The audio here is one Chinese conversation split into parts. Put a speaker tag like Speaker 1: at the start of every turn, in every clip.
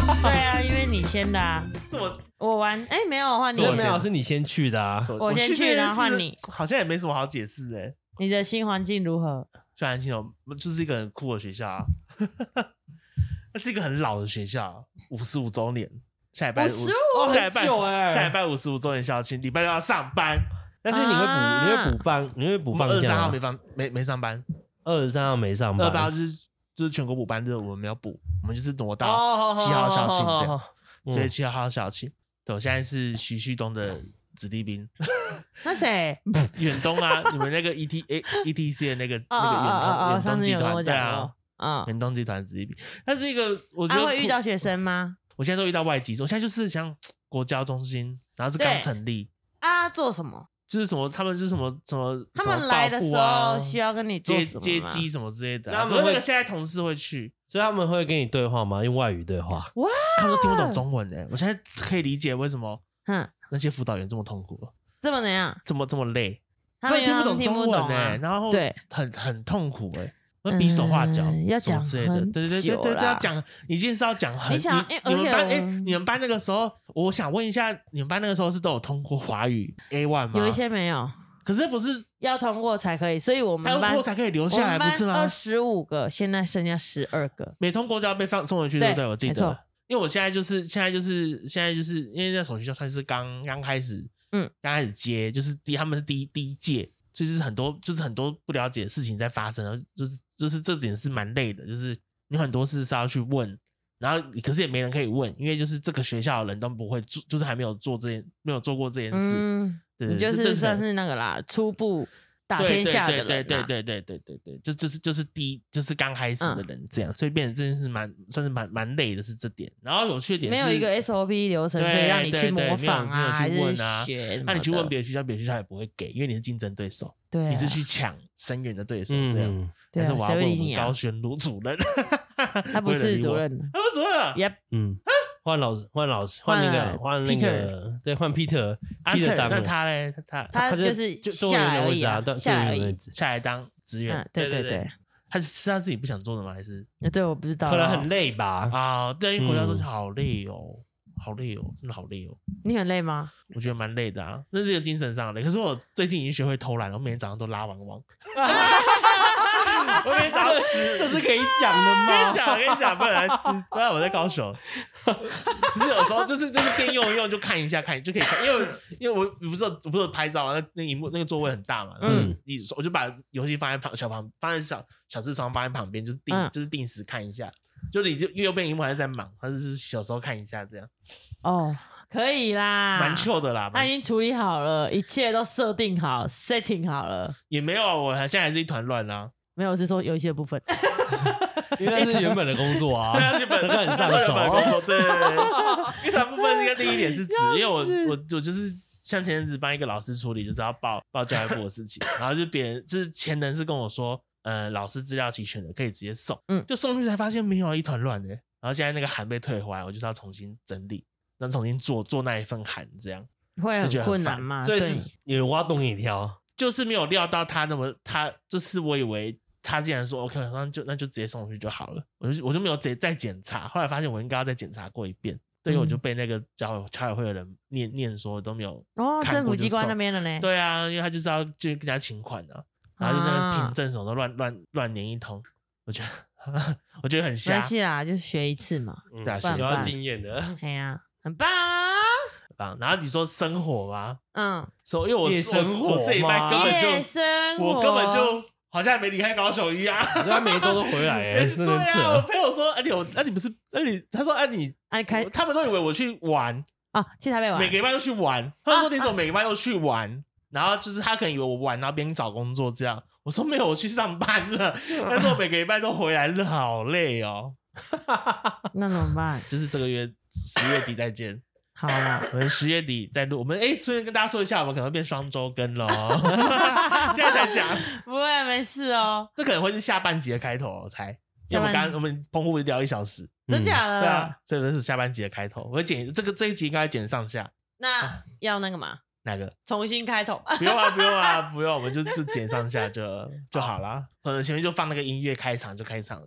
Speaker 1: 对啊，因为你先的啊。
Speaker 2: 是
Speaker 1: 我玩，没有换你，
Speaker 3: 没有是你先去的啊。
Speaker 1: 我先去，然后换你。
Speaker 2: 好像也没什么好解释
Speaker 1: 你的新环境如何？
Speaker 2: 新环境就是一个很酷的学校啊。那是一个很老的学校，55周年，下礼拜
Speaker 1: 55，
Speaker 2: 下礼拜
Speaker 3: 很久
Speaker 2: 下礼拜55周年校庆，礼拜六要上班。
Speaker 3: 但是你会补放假吗？
Speaker 2: 23号没上班
Speaker 3: ，23号没上班
Speaker 2: ，28号就是全国补班日，我们没有补，我们就是挪到7号校庆这样，所以7号校庆。对，我现在是徐旭东的子弟兵。
Speaker 1: 那谁？
Speaker 2: 远东啊，你们那个 ETC 的那个远东集团，对啊，远东集团子弟兵。但是一个我觉得
Speaker 1: 会遇到学生吗？
Speaker 2: 我现在都遇到外籍，我现在就是像国教中心，然后是刚成立
Speaker 1: 啊，做什么？
Speaker 2: 就是什么，他们就是什么，
Speaker 1: 他们来的时候需要跟你做什么
Speaker 2: 接机什么之类的。
Speaker 3: 他们
Speaker 2: 那个现在同事会去，
Speaker 3: 所以他们会跟你对话吗？用外语对话？
Speaker 1: 哇，
Speaker 2: 他们都听不懂中文我现在可以理解为什么那些辅导员这么痛苦了，
Speaker 1: 这么怎样？
Speaker 2: 这么累，他们听不懂中文然后很痛苦会比手画脚，
Speaker 1: 要讲很
Speaker 2: 对，要讲，你今天是要讲很。你们班那个时候，我想问一下，你们班那个时候是都有通过华语 A1 吗？
Speaker 1: 有一些没有，
Speaker 2: 可是不是
Speaker 1: 要通过才可以，所以我们班
Speaker 2: 通过才可以留下来，不是吗
Speaker 1: ？25个，现在剩下12个，
Speaker 2: 没通过就要被送回去，对不对？我记得，因为我现在就是因为那所学校算是刚开始，刚开始接，就是他们是第一届。就是很多不了解的事情在发生，然后就是这点是蛮累的，就是你很多事是要去问，然后可是也没人可以问，因为就是这个学校的人都不会做，就是还没有做过这件事，对，
Speaker 1: 你就是算是那个啦，初步打天下的人，
Speaker 2: 对，就是刚开始的人这样，所以变成这件事算是蛮累的，是这点。然后有趣的点是
Speaker 1: 没有一个 SOP 流程可以让你去模仿
Speaker 2: 没有去问啊，
Speaker 1: 那
Speaker 2: 你去问别的学校也不会给，因为你是竞争对手，
Speaker 1: 对，
Speaker 2: 你是去抢生源的对手这样。但是我要问我们高玄卢主任，
Speaker 1: 他不是主任，
Speaker 2: 他不是主任啊，
Speaker 3: 换那个，对，换 Peter
Speaker 2: 那他嘞，
Speaker 1: 他就是下来而已啊，
Speaker 2: 下来当职员，
Speaker 1: 对，
Speaker 2: 是他自己不想做的吗？还是？
Speaker 1: 对，我不知道，
Speaker 3: 可能很累吧。
Speaker 2: 啊，对，因为国家东西好累哦，真的好累哦。
Speaker 1: 你很累吗？
Speaker 2: 我觉得蛮累的啊，那是一个精神上的累。可是我最近已经学会偷懒了，我每天早上都拉网。我每天早上
Speaker 3: 这是可以讲的吗？
Speaker 2: 跟你讲，不然我在高雄。其实有时候就是边用一用就看一下，就可以看，因为我不是拍照啊，那荧幕那个座位很大嘛，我就把游戏放在小视窗放在旁边，就是定时看一下，就你就右边荧幕还是在忙，他是小时候看一下这样。
Speaker 1: 哦，可以啦，
Speaker 2: 蛮糗的啦，
Speaker 1: 他已经处理好了，一切都设定好 setting 好了。
Speaker 2: 也没有啊，我现在还是一团乱啊。
Speaker 1: 没有，是说有一些部分，
Speaker 3: 因为那是原本的工作啊，
Speaker 2: 原本很上手工作，对，因为它部分应该另一点是指，因为我就是像前阵子帮一个老师处理，就是要报教育部的事情，然后就是前人是跟我说，老师资料齐全的可以直接送，就送去才发现没有，一团乱的，然后现在那个函被退回来，我就是要重新整理，然后重新做那一份函，这样
Speaker 1: 会很困难吗？
Speaker 3: 所以是有挖洞给你跳，
Speaker 2: 就是没有料到他就是我以为。他竟然说 OK， 那就直接送回去就好了，我就没有再检查，后来发现我应该要再检查过一遍，对，因为我就被那个侨委会的人念说都没有
Speaker 1: 政府机关那边的呢，
Speaker 2: 对啊，因为他就是要就跟人家请款啊，然后就那个凭证什么都乱念一通，我觉得很瞎，
Speaker 1: 没关系啦，就学一次嘛，
Speaker 2: 对啊，
Speaker 3: 学到经验的，
Speaker 1: 哎呀，很棒。
Speaker 2: 然后你说生活吗？因为我
Speaker 3: 这
Speaker 2: 一班根本就好像还没离开高雄一样，
Speaker 3: 他每一周都回来
Speaker 2: 对啊，我朋友说，你不是，他说，他们都以为我去玩
Speaker 1: 啊，去台北玩，
Speaker 2: 每个礼拜都去玩。他们说你怎么每个礼拜都去玩？然后就是他可能以为我玩，然后边找工作这样。我说没有，我去上班了。但是我每个礼拜都回来，好累哦。
Speaker 1: 那怎么办？
Speaker 2: 就是这个月10月底再见。
Speaker 1: 好啦，
Speaker 2: 我们10月底再录。我们顺便跟大家说一下，我们可能会变双周更咯。现在才讲，
Speaker 1: 不会，没事哦。
Speaker 2: 这可能会是下半集的开头，我猜。因为我们澎湖聊1小时，
Speaker 1: 真假的？
Speaker 2: 对啊，这个是下半集的开头。我会剪这一集应该剪上下。
Speaker 1: 那要那个嘛？
Speaker 2: 哪个？
Speaker 1: 重新开头？
Speaker 2: 不用，我们就剪上下就好啦。可能前面就放那个音乐开场就开场这样。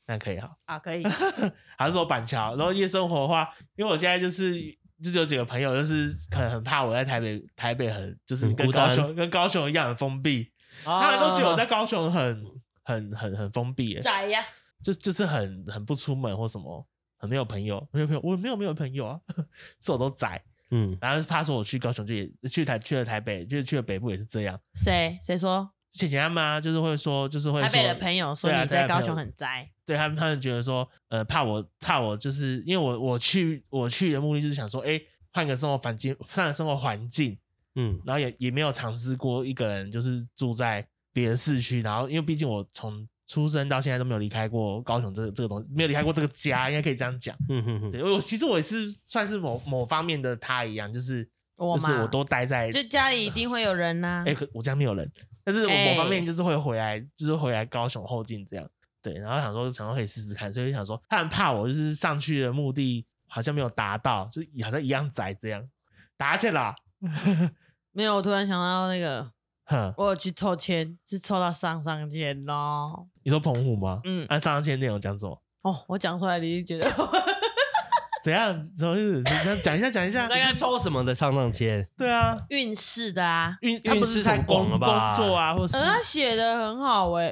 Speaker 2: 那可以好。
Speaker 1: 啊，可以。
Speaker 2: 还是说板桥，然后夜生活的话，因为我现在就是有几个朋友，就是可能很怕我在台北就是跟高雄一样很封闭，他们都觉得我在高雄很封闭，
Speaker 1: 宅呀，
Speaker 2: 就是很不出门或什么，很没有朋友，我没有朋友啊，是我都宅。然后怕说我去高雄就也去了台北，就是去了北部也是这样。
Speaker 1: 谁说？
Speaker 2: 浅浅他们啊，就是会说
Speaker 1: 台北的朋友说你在高雄很宅，
Speaker 2: 对他们觉得说，怕我就是因为我去的目的就是想说，换个生活环境，然后也没有尝试过一个人就是住在别的市区，然后因为毕竟我从出生到现在都没有离开过高雄这个东西，没有离开过这个家，应该可以这样讲。对，其实我也是算是某方面的他一样，就是我都待在，
Speaker 1: 就家里一定会有人呐。
Speaker 2: 我家没有人。但是我某方面就是会回来，就是回来高雄后进这样，对，然后想说可以试试看，所以想说他很怕我就是上去的目的好像没有达到，就好像一样宅这样，打欠啦。
Speaker 1: 没有，我突然想到那个，我有去抽签，是抽到上签咯。
Speaker 2: 你说澎湖吗？按上签内容讲什么？
Speaker 1: 哦，我讲出来你就觉得。
Speaker 2: 怎样？什么意思？讲一下。
Speaker 3: 那该抽什么的上签？
Speaker 2: 对啊，
Speaker 1: 运势的啊，
Speaker 3: 运势太广了吧？
Speaker 2: 工作啊，或是
Speaker 1: 他写的很好我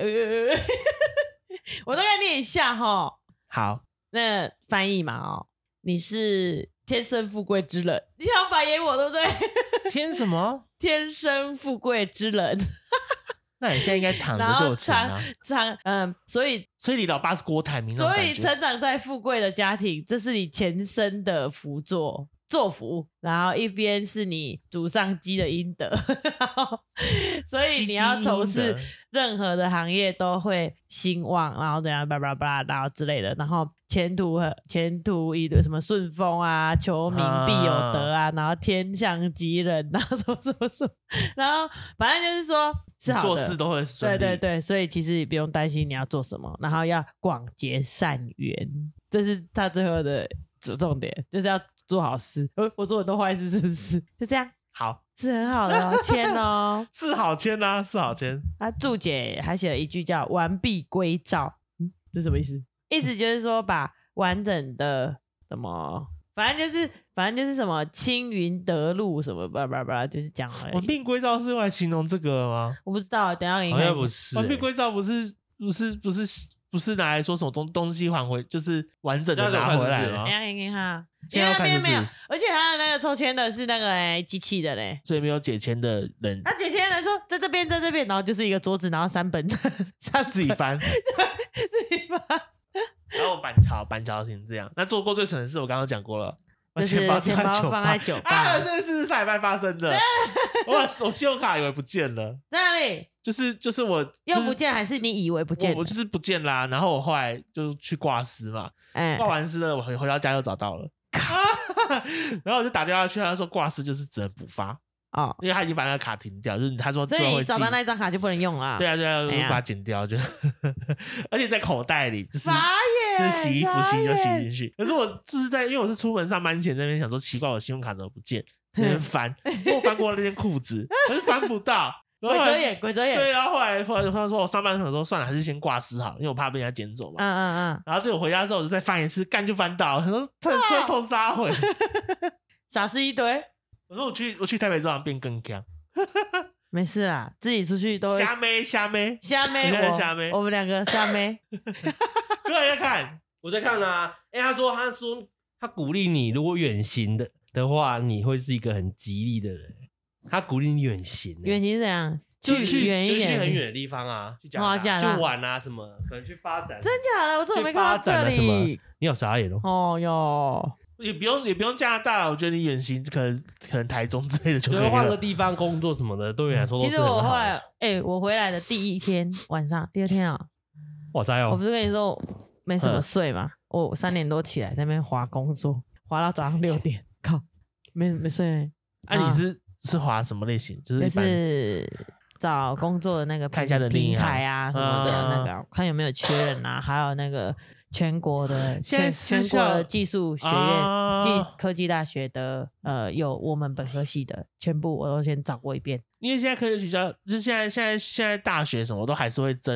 Speaker 1: 大概念一下齁。
Speaker 2: 好，
Speaker 1: 那翻译嘛你是天生富贵之人，你想反映我对不对？
Speaker 2: 天什么？
Speaker 1: 天生富贵之人。
Speaker 2: 那你现在应该躺着就有钱啊！
Speaker 1: 所以
Speaker 2: 你老爸是郭台铭，
Speaker 1: 所以成长在富贵的家庭，这是你前生的作福，然后一边是你祖上积的阴德，所以你要从事任何的行业都会兴旺，然后怎样巴拉巴拉，然后之类的，然后前途一什么顺风啊，求名必有德啊，然后天象吉人啊，什么，然后反正就是说是好的，
Speaker 2: 做事都会顺利。
Speaker 1: 对，所以其实你不用担心你要做什么，然后要广结善缘，这是他最后的重点，就是要做好事。我做很多坏事是不是？就这样，
Speaker 2: 好，
Speaker 1: 是很好的签哦，
Speaker 2: 是好签啊，是好签。
Speaker 1: 他注解还写了一句叫"完璧归赵"，这是什么意思？意思就是说把完整的什么，反正就是什么青云得路什么巴拉巴拉，就是讲而已。
Speaker 2: 完璧归赵是用来形容这个吗？
Speaker 1: 我不知道，等一下给你看。
Speaker 3: 好像不是
Speaker 2: 完璧归赵不是拿来说什么东西还回，就是完整的拿回来吗？
Speaker 1: 等一下给你看。
Speaker 2: 因为那边
Speaker 1: 没有，而且他的那个抽签的是那个机器的嘞，
Speaker 2: 所以没有解签的人。
Speaker 1: 他解签的人说在这边，然后就是一个桌子，然后3本
Speaker 2: 自己翻，
Speaker 1: 对，自己翻。
Speaker 2: 然后板桥型这样。那做过最蠢的事，我刚刚讲过了，把
Speaker 1: 钱
Speaker 2: 包
Speaker 1: 放在酒吧
Speaker 2: 啊，这是上礼拜发生的。我信用卡以为不见了，
Speaker 1: 在哪里？
Speaker 2: 就是我
Speaker 1: 又不见还是你以为不见？
Speaker 2: 我就是不见啦。然后我后来就去挂失嘛，挂完失了，我回到家又找到了。然后我就打电话去，他说挂失就是只能补发因为他已经把那个卡停掉，就是他说
Speaker 1: 所以你找到那张卡就不能用了。
Speaker 2: 对啊，我就把它剪掉，就而且在口袋里，就是洗衣服就洗进去。可是我就是因为我是出门上班前那边想说奇怪，我信用卡怎么不见？那边翻，我翻过那件裤子，可是翻不到。
Speaker 1: 鬼遮眼。
Speaker 2: 对，然后后来他说我上班的时候算了，还是先挂失好，因为我怕被人家捡走嘛。然后结果回家之后我就再翻一次，干就翻到了。他说他冲杀回，
Speaker 1: 傻事一堆。
Speaker 2: 我说我去台北之后变更强。
Speaker 1: 没事啦，自己出去都会
Speaker 2: 瞎妹，
Speaker 1: 我们两个瞎妹。
Speaker 2: 哥在看，
Speaker 3: 我在看啊。他说他鼓励你，如果远行的话，你会是一个很吉利的人。他鼓励你远行，
Speaker 1: 远行是怎样？去远一点，
Speaker 3: 去很远的地方啊，去玩啊什么，可能去发展。
Speaker 1: 真假的？我怎么没看到这里？
Speaker 3: 你有傻眼哦？
Speaker 1: 哦哟，
Speaker 2: 也不用加拿大了，我觉得你远行可能台中之类的就可以了。
Speaker 3: 换个地方工作什么的，对你来说都是很好的。
Speaker 1: 其实我后来，我回来的第一天晚上，第二天啊，
Speaker 3: 哇塞哦！
Speaker 1: 我不是跟你说没什么睡嘛？我3点多起来在那边滑工作，滑到早上6点，靠，没睡。
Speaker 2: 你是滑什么类型？
Speaker 1: 就是找工作的那个
Speaker 2: 看一下的
Speaker 1: 平台啊什么的那个，看有没有缺人啊，还有那个全国的技术学院、科技大学的有我们本科系的，全部我都先找过一遍。
Speaker 2: 因为现在科技学校，就是现在大学什么都还是会征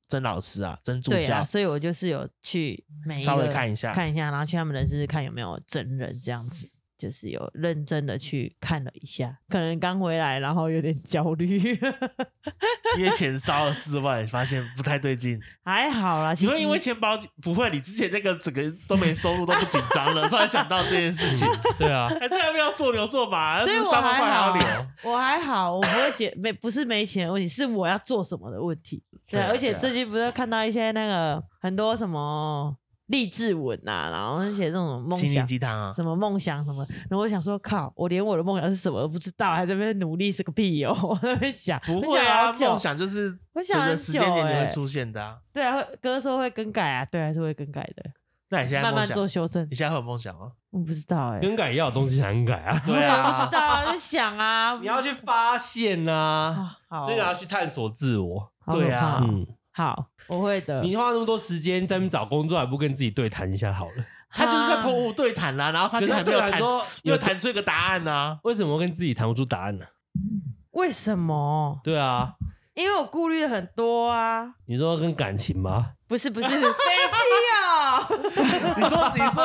Speaker 2: 真老师啊，真助教。
Speaker 1: 对啊，所以我就是有去每一个
Speaker 2: 稍微看一下，
Speaker 1: 然后去他们人事看有没有真人这样子。就是有认真的去看了一下，可能刚回来，然后有点焦虑，
Speaker 2: 因为钱烧了4万，发现不太对劲。
Speaker 1: 还好啦，
Speaker 2: 你会因为钱包不会？你之前那个整个都没收入都不紧张了，突然想到这件事情，
Speaker 3: 对啊，
Speaker 2: 这要不要做牛做马？
Speaker 1: 所以我
Speaker 2: 3万块还要留。
Speaker 1: 我还好，我不会觉不是没钱的问题，是我要做什么的问题。对，而且最近不是看到一些那个很多什么励志文啊，然后写这种梦想、
Speaker 2: 心灵鸡汤啊，
Speaker 1: 什么梦想什么，然后我想说，靠，我连我的梦想是什么都不知道，还在那边努力是个屁哦！我在那边想，
Speaker 2: 不会啊，梦想就是随着时间点就会出现的啊。
Speaker 1: 对啊，歌说会更改啊，对，还是会更改的。
Speaker 2: 那你现在
Speaker 1: 慢慢做修正，
Speaker 2: 你现在会有梦想吗？
Speaker 1: 我不知道
Speaker 3: 更改要有东西才能改啊。
Speaker 2: 对啊，
Speaker 1: 不知道啊，就想啊，
Speaker 3: 你要去发现啊，所以你要去探索自我。
Speaker 2: 对啊，
Speaker 1: 好，我会的。
Speaker 3: 你花那么多时间在那边找工作，还不跟自己对谈一下好了？
Speaker 2: 他就是在跟我对谈啦，然后发现还没有谈出一个答案呢。
Speaker 3: 为什么跟自己谈不出答案呢？
Speaker 1: 为什么？
Speaker 3: 对啊，
Speaker 1: 因为我顾虑很多啊。
Speaker 3: 你说跟感情吗？
Speaker 1: 不是飞机哦。
Speaker 2: 你说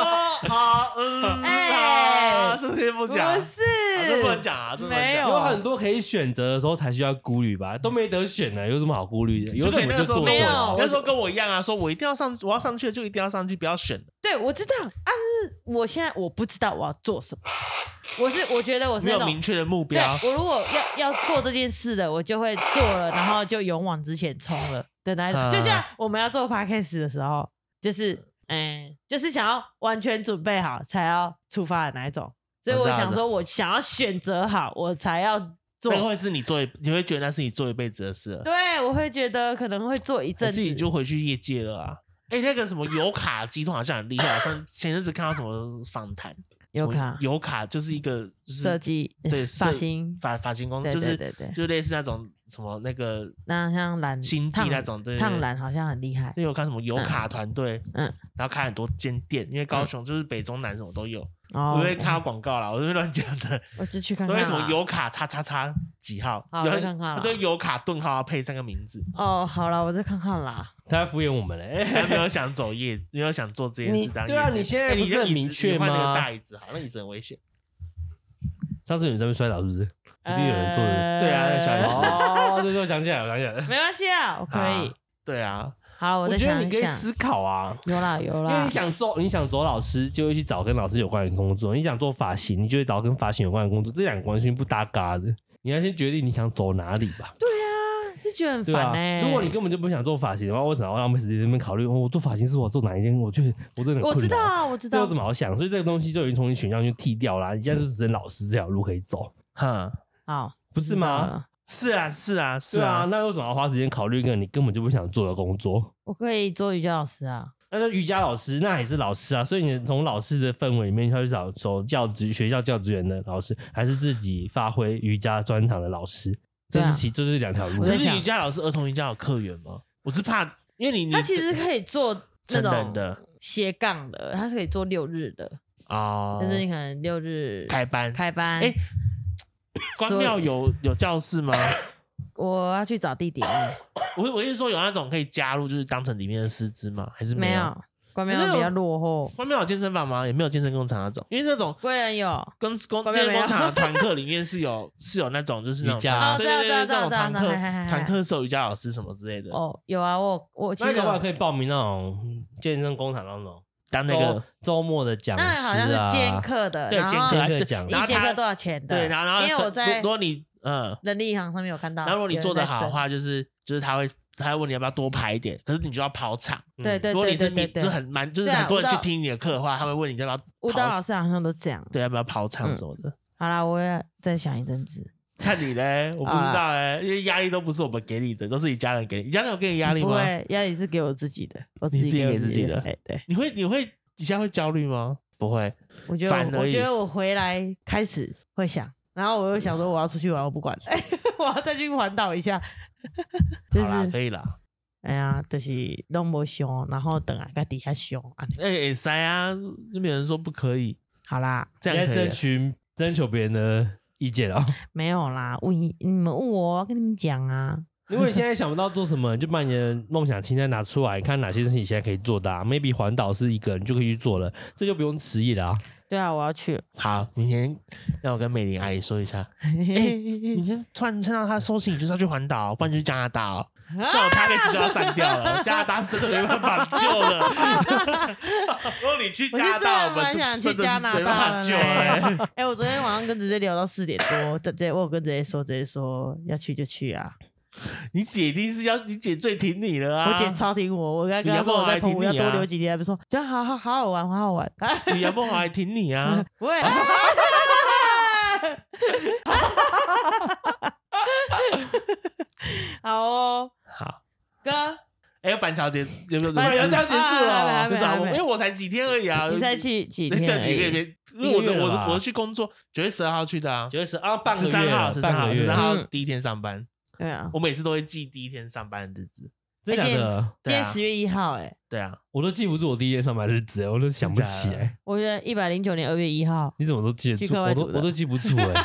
Speaker 2: 这些不讲，
Speaker 1: 不是，
Speaker 2: 这不能讲啊，
Speaker 1: 没有，
Speaker 3: 有很多可以选择的时候才需要顾虑吧，都没得选了，有什么好顾虑的？有什么就做
Speaker 1: 没有。
Speaker 2: 那时候跟我一样啊，说我一定要上，我要上去了就一定要上去，不要选。
Speaker 1: 对，我知道，但是我现在我不知道我要做什么。我觉得我是
Speaker 2: 没有明确的目标。
Speaker 1: 我如果要做这件事的，我就会做了，然后就勇往直前冲了的那种。就像我们要做 podcast 的时候，就是想要完全准备好才要出发的那一种。所以我想说，我想要选择好，我才要做。
Speaker 2: 那会是你会觉得那是你做一辈子的事了。
Speaker 1: 对，我会觉得可能会做一阵子，
Speaker 2: 自己就回去业界了啊。那个什么油卡集团好像很厉害，前阵子看到什么访谈。油卡就是一个
Speaker 1: 设计，对发型
Speaker 2: 公司，就是类似那种什么那
Speaker 1: 像
Speaker 2: 星际那种，对，
Speaker 1: 烫染好像很厉害。
Speaker 2: 对，我看什么油卡团队，然后开很多间店，因为高雄就是北中南什么都有。我会看到广告啦，我这边乱讲的。
Speaker 1: 我就去看看。
Speaker 2: 都会什么油卡XXX几号？
Speaker 1: 好，我看看啦。
Speaker 2: 对，油卡顿号要配3个名字。
Speaker 1: 哦，好了，我再看看啦。
Speaker 3: 他在敷衍我们嘞，
Speaker 2: 还没有想走业，没有想做这件事当业。
Speaker 3: 对啊，你现在不是很明确吗？
Speaker 2: 换那个大椅子，好，那椅子很危险。
Speaker 3: 上次你这边摔倒是不是？我记得有人坐的。
Speaker 2: 对啊，那小椅子。
Speaker 3: 哦，对，我想起来了，
Speaker 1: 没关系啊，我可以。
Speaker 2: 对啊。
Speaker 1: 好，我
Speaker 3: 觉得你可以思考啊。
Speaker 1: 有啦，因为
Speaker 3: 你想走老师，就会去找跟老师有关的工作；你想做发型，你就会找跟发型有关的工作。这两个完全不搭嘎的。你要先决定你想走哪里吧。
Speaker 1: 对啊，就觉得很烦欸。
Speaker 3: 如果你根本就不想做发型的话，为什么要浪费时间在那边考虑？我做发型师，我做哪一间？我觉得我真的很困扰。
Speaker 1: 我知道，
Speaker 3: 这有什么好想？所以这个东西就已经从你选项就剃掉啦。你现在就只剩老师这条路可以走。
Speaker 1: 好，
Speaker 3: 不是吗？
Speaker 2: 是啊。
Speaker 3: 那为什么要花时间考虑一个你根本就不想做的工作？
Speaker 1: 我可以做瑜伽老师啊。
Speaker 3: 那瑜伽老师那也是老师啊，所以你从老师的氛围里面，要去找学校教职员的老师，还是自己发挥瑜伽专长的老师？这是两条路。
Speaker 2: 可是瑜伽老师儿童瑜伽有客源吗？我是怕，因为
Speaker 1: 他其实可以做
Speaker 2: 成人的
Speaker 1: 斜杠的，他是可以做6日的哦，就是你可能6日
Speaker 2: 开班。关庙有教室吗？
Speaker 1: 我要去找地点。
Speaker 2: 我是说有那种可以加入，就是当成里面的师资吗？还是没有？
Speaker 1: 关庙比较落后。
Speaker 2: 关庙有健身房吗？也没有健身工厂那种，因为那种
Speaker 1: 贵人有
Speaker 2: 健身工厂的团课里面是有那种就是那种对，那种团课是有瑜伽老师什么之类的。
Speaker 1: 哦，有啊，我其实
Speaker 3: 那个可以报名那种健身工厂那种。
Speaker 2: 当那个
Speaker 3: 周末的讲师啊，
Speaker 1: 那好像是兼课的，
Speaker 2: 对，兼课
Speaker 3: 讲，
Speaker 1: 一节课多少钱的？
Speaker 2: 对，然后
Speaker 1: 因为我在
Speaker 2: 如果你
Speaker 1: 人力银行上面有看到，
Speaker 2: 然后如果你做得好的话，就是他会问你要不要多排一点，可是你就要跑场。
Speaker 1: 对，
Speaker 2: 如果你是就是很多人去听你的课的话，他会问你要不要。
Speaker 1: 舞蹈老师好像都这样，
Speaker 2: 对，要不要跑场什么的。
Speaker 1: 好啦，我也再想一阵子。
Speaker 2: 看你嘞，我不知道因为压力都不是我们给你的，都是你家人给你。你家人有给你压力吗？
Speaker 1: 不会，压力是给我自己的，我
Speaker 2: 自己给自己的。
Speaker 1: 对，
Speaker 2: 你现在会焦虑吗？不会，
Speaker 1: 我觉得我回来开始会想，然后我又想说我要出去玩，我不管，我要再去环岛一下。就是
Speaker 2: 好啦，可以啦。
Speaker 1: 哎呀，就是弄不凶，然后等在底下凶。
Speaker 2: 塞啊，那边人说不可以。
Speaker 1: 好啦，
Speaker 2: 这样可
Speaker 3: 以征求别人的意见哦。
Speaker 1: 没有啦，你们问我，我要跟你们讲啊。
Speaker 3: 如果你现在想不到做什么，你就把你的梦想清单拿出来，看哪些事情现在可以做的maybe 环岛是一个，你就可以去做了，这就不用迟疑了
Speaker 1: 对啊，我要去了。
Speaker 2: 好，明天让我跟美玲阿姨说一下。明天突然看到她收信，你就是要去环岛，不然就去加拿大哦。那我 package 就要删掉了，加拿大是真的没办法救了。如果你去加拿大，我们
Speaker 1: 想去加拿大
Speaker 2: 没办法救了。
Speaker 1: 我昨天晚上跟直接聊到4点多，我有跟直接说要去就去啊。
Speaker 2: 你姐一定是要，你姐最挺你了啊！
Speaker 1: 我姐超挺我刚刚说我在澎湖要多留几天，还不说，就好好玩，好好玩。
Speaker 2: 你杨梦豪还挺你啊！
Speaker 1: 不会。好哦，
Speaker 2: 好
Speaker 1: 哥。
Speaker 2: 板桥结有没有？
Speaker 3: 要这样结束了？
Speaker 2: 不是因为我才几天而已啊！
Speaker 1: 你才去几天？
Speaker 2: 对，因为我去工作，9月12号去的啊，
Speaker 3: 9月12号半个月
Speaker 2: ，13号第一天上班。
Speaker 1: 对啊，
Speaker 2: 我每次都会记第一天上班的日子。
Speaker 3: 真的假的？
Speaker 1: 今天10月1号，
Speaker 2: 对啊，
Speaker 3: 我都记不住我第一天上班日子，我都想不起来。
Speaker 1: 我觉得109年2月1号，
Speaker 3: 你怎么都记得住？我都记不住
Speaker 2: 2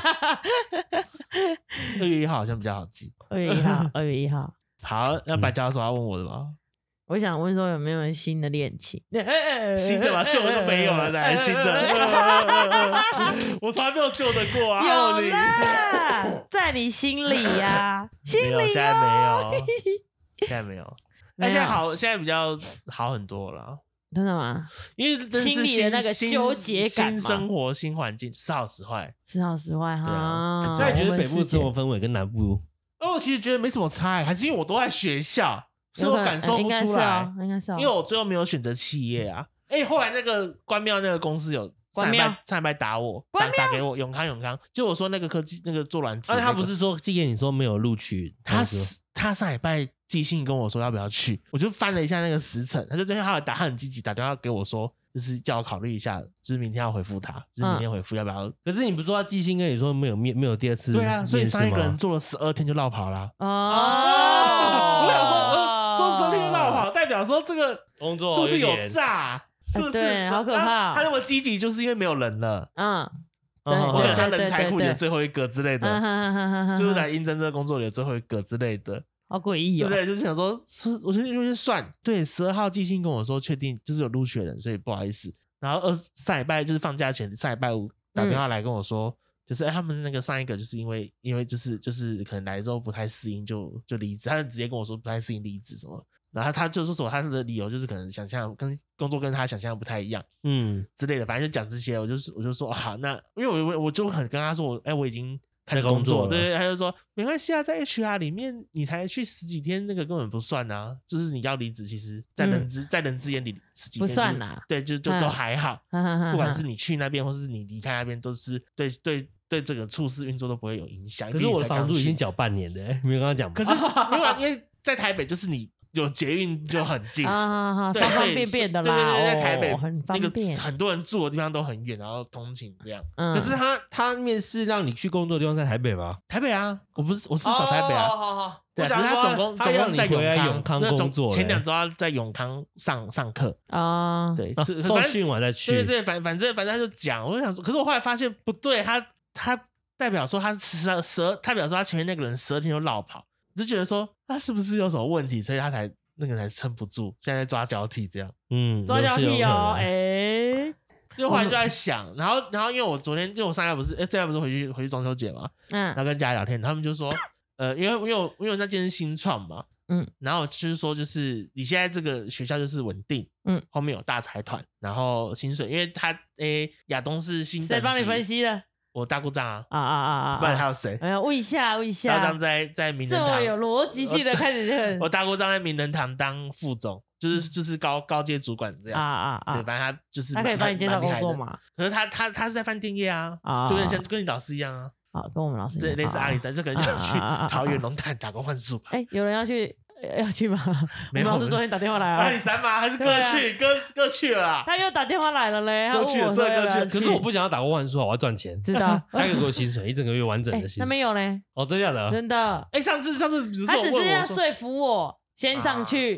Speaker 2: 月1号好像比较好记。
Speaker 1: 2月1号。
Speaker 2: 好，那板桥有什么要问我的吗？
Speaker 1: 我想问说有没有新的恋情？
Speaker 2: 新的吗？旧的就没有了，哪来新的？我从来没有旧的过啊！
Speaker 1: 有啦，在你心里呀，心里
Speaker 2: 现在没有，现在没有。现在好，现在比较好很多了。
Speaker 1: 真的吗？
Speaker 2: 因为
Speaker 1: 心里的那个纠结感，
Speaker 2: 新生活、新环境，是好是坏？
Speaker 1: 是好是坏
Speaker 2: 哈。
Speaker 3: 那你觉得北部生活氛围跟南部？
Speaker 2: 我其实觉得没什么差，还是因为我都在学校。所以我感受不出来，
Speaker 1: 应该是，
Speaker 2: 因为我最后没有选择企业啊。后来那个关庙那个公司有上礼拜打我，打给我永康，就我说那个科技那个做软体，
Speaker 3: 他不是说寄给你说没有录取，
Speaker 2: 他上礼拜寄信跟我说要不要去，我就翻了一下那个时辰，他很积极打电话给我说，就是叫我考虑一下，就是明天要回复他，就是明天回复要不要。
Speaker 3: 可是你不是说他寄信跟你说没有第二次？
Speaker 2: 对啊，所以上一个人做了12天就落跑了。
Speaker 1: 哦，
Speaker 2: 我想说。做12天就落跑，代表说这个
Speaker 3: 工作
Speaker 2: 是不是有诈？是不是？
Speaker 1: 对，好可怕。
Speaker 2: 他那么积极，就是因为没有人了。
Speaker 1: 对，
Speaker 2: 他人才库里的最后一个之类的，就是来应征这个工作里的最后一个之类的，
Speaker 1: 好诡异
Speaker 2: 哦。对，就是想说，我就有点算，对，12号寄信跟我说确定就是有录取的人，所以不好意思。然后上礼拜就是放假前，上礼拜5打电话来跟我说。就是他们那个上一个就是因为就是可能来之后不太适应就离职，他就直接跟我说不太适应离职什么，然后他就说什么他的理由就是可能想象跟工作跟他想象不太一样，之类的，反正就讲这些，我就说好，那因为我就很跟他说我已经开始工作，对，他就说没关系啊，在 HR 里面你才去10几天，那个根本不算啊，就是你要离职，其实在人资眼里10几天
Speaker 1: 不算啦，
Speaker 2: 对，就都还好，不管是你去那边或是你离开那边，都是对这个处事运作都不会有影响。
Speaker 3: 可是我的房租已经缴半年了，没有跟他讲。
Speaker 2: 可是因为在台北就是你有捷运就很近，
Speaker 1: 对，方方便便的啦。
Speaker 2: 对，在台北
Speaker 1: 很方便，
Speaker 2: 很多人住的地方都很远，然后通勤这样。
Speaker 3: 可是他面试让你去工作的地方在台北吗？
Speaker 2: 台北啊，我是找台北啊。对，只是他总共是在永康工作，前2周要在永康上课啊。对，
Speaker 3: 受训完再去。
Speaker 2: 对，反正他就讲，我就想说，可是我后来发现不对，他代表说代表说他前面那个人12天就落跑，我就觉得说他是不是有什么问题，所以他才撑不住，现在抓交替这样。
Speaker 1: 抓交替哦，
Speaker 2: 因为后来就在想，然后因为我昨天因为我上礼拜不是这礼拜不是回去中秋节嘛，然后跟家里聊天，他们就说因为我那间是新创嘛，然后就是说就是你现在这个学校就是稳定，后面有大财团，然后薪水，因为他亚东是新等级，
Speaker 1: 谁帮你分析的？
Speaker 2: 我大姑丈啊，不然还有谁？
Speaker 1: 问一下，大
Speaker 2: 姑丈在名人堂，
Speaker 1: 这么有逻辑性的开始
Speaker 2: 我大姑丈在名人堂当副总，就是高阶主管这样对，反正他就是
Speaker 1: 他可以帮你介绍工作嘛。
Speaker 2: 可是他是在饭店业啊，就跟你老师一样啊。
Speaker 1: 跟我们老师一样，
Speaker 2: 类似阿里山，就可能想去桃园龙潭打工换宿吧。
Speaker 1: 有人要去吗？
Speaker 2: 没有，
Speaker 1: 老师昨天打电话来啊。
Speaker 2: 阿里山吗？还是各去了啦？
Speaker 1: 他又打电话来了嘞，
Speaker 2: 各去了，各去。
Speaker 3: 可是我不想要打工换宿啊，我要赚钱。
Speaker 1: 知道，
Speaker 3: 他给我薪水，一整个月完整的薪水。
Speaker 1: 那没有嘞？
Speaker 3: 真的假的？
Speaker 1: 真的。
Speaker 2: 上次比如说
Speaker 1: 他只是要说服我先上去，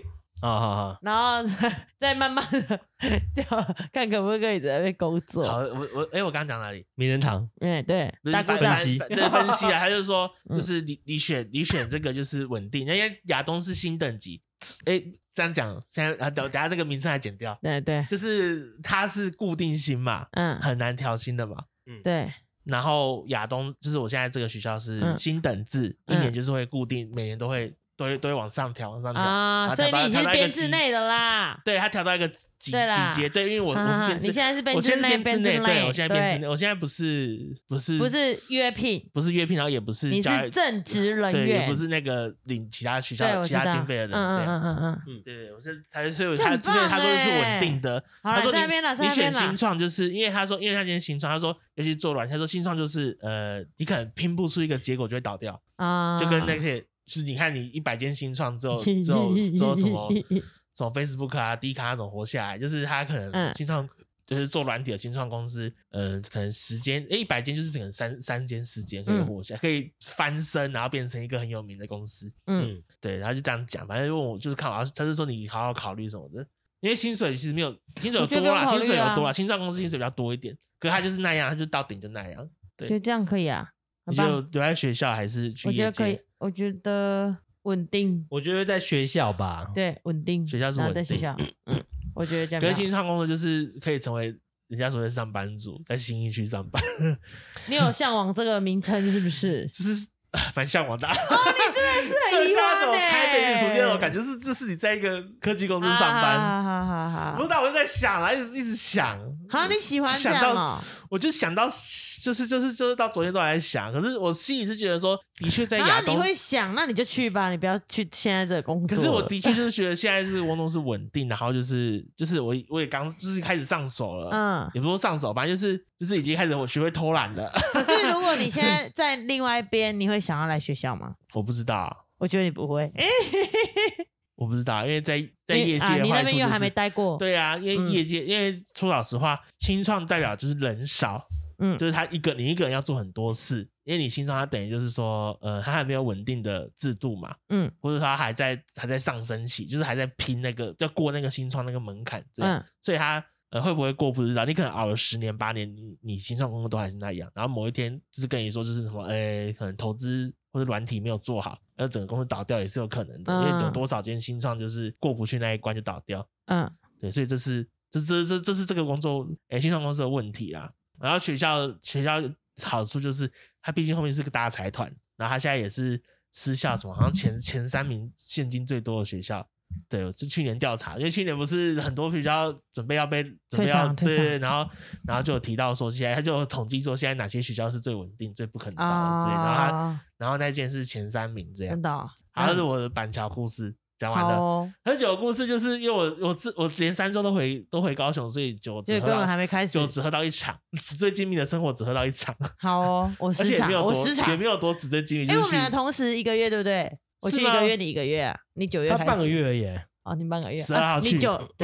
Speaker 1: 然后再慢慢的掉，看可不可以在那边工作。
Speaker 2: 好，我刚刚讲哪里？
Speaker 3: 名人堂。
Speaker 1: 对，大
Speaker 2: 分析啊，他就说就是你选这个就是稳定，因为亚东是新等级。这样讲，现在等下这个名称还剪掉。
Speaker 1: 对，
Speaker 2: 就是它是固定薪嘛，很难调薪的嘛，
Speaker 1: 对。
Speaker 2: 然后亚东就是我现在这个学校是新等制，一年就是会固定，每年都会往上调，
Speaker 1: 啊，所以你是编制内的啦。
Speaker 2: 对，他调到一个几阶，对，因为我是编制，
Speaker 1: 你现在是编
Speaker 2: 制内，对，我现在编制
Speaker 1: 内，
Speaker 2: 我现在不是
Speaker 1: 约聘，
Speaker 2: 然后也不是
Speaker 1: 你是正职人员，
Speaker 2: 对，也不是那个领其他学校其他经费的人，这样，对，所以他今天他说的是稳定的，他说你选新创就是因为他今天新创，他说尤其做软，他说新创就是你可能拼不出一个结果就会倒掉啊，就跟那些就是你看你100间新创之后什么 Facebook 啊、D 卡那种活下来，就是他可能新创就是做软体的新创公司，可能时间100间就是可能三间4间可以活下来，可以翻身，然后变成一个很有名的公司。对，然后就这样讲，反正问我就是看我，他就说你好好考虑什么的，因为薪水其实没有薪水有多啦，薪水有多啦，新创公司薪水比较多一点，可是他就是那样，他就到顶就那样。对，
Speaker 1: 就这样可以啊。
Speaker 2: 你觉得留在学校还是去业界？
Speaker 1: 我觉得可以，我觉得稳定。
Speaker 3: 我觉得在学校吧，
Speaker 1: 对，稳定。
Speaker 2: 学校是稳定。
Speaker 1: 在学校，我觉得这样。
Speaker 2: 跟新创工作就是可以成为人家所谓的上班族，在信义区上班。你
Speaker 1: 有向往这个名称是不是？
Speaker 2: 就是蛮向往的。
Speaker 1: 哦，你真的是很疑惑呢。
Speaker 2: 台北逐渐我感觉这是你在一个科技公司上班。好。不知道我就在想啦，一直想。
Speaker 1: 好，你喜欢这样哦？
Speaker 2: 我就想到，就是到昨天都还在想，可是我心里是觉得说，的确在亚东，
Speaker 1: 你会想，那你就去吧，你不要去现在这个工作。
Speaker 2: 可是我的确就是觉得现在是翁东是稳定，然后就是我也刚就是开始上手了，也不说上手，反正就是已经开始我学会偷懒了。
Speaker 1: 可是如果你现在在另外一边，你会想要来学校吗？
Speaker 2: 我不知道，
Speaker 1: 我觉得你不会。
Speaker 2: 我不知道，因为在业界的话，
Speaker 1: 你那边又还没待过。
Speaker 2: 对啊，因为业界，因为说老实话，新创代表就是人少，就是你一个人要做很多事，因为你新创它等于就是说，它还没有稳定的制度嘛，或者它还在上升期，就是还在拼那个要过那个新创那个门槛，这样，所以它会不会过不知道，你可能熬了10年8年，你新创工作都还是那样，然后某一天就是跟你说就是什么，可能投资或者软体没有做好，而整个公司倒掉也是有可能的，因为有多少间新创就是过不去那一关就倒掉，对，所以这是这个工作新创公司的问题啦。然后学校好处就是它毕竟后面是个大财团，然后它现在也是私校什么，好像前3名现金最多的学校。对，是去年调查，因为去年不是很多学校准备要对，然后就有提到说，现在他就有统计说现在哪些学校是最稳定、最不可能倒的之类，然后那件是前3名这样。
Speaker 1: 真的，
Speaker 2: 好，这是我的板桥故事讲完了。喝酒的故事就是因为我连3周都回高雄，所以酒只喝到
Speaker 1: 还没开始，
Speaker 2: 酒只喝到1场，纸醉金迷的生活只喝到1场。
Speaker 1: 好哦，我10场，
Speaker 2: 也没有多纸醉金迷。
Speaker 1: 因为我们俩同时1个月，对不对？我去1个月，你1个月啊？你9月开始？
Speaker 3: 他半个月而已。
Speaker 1: 哦，你半个月
Speaker 2: ，12号去，
Speaker 1: 你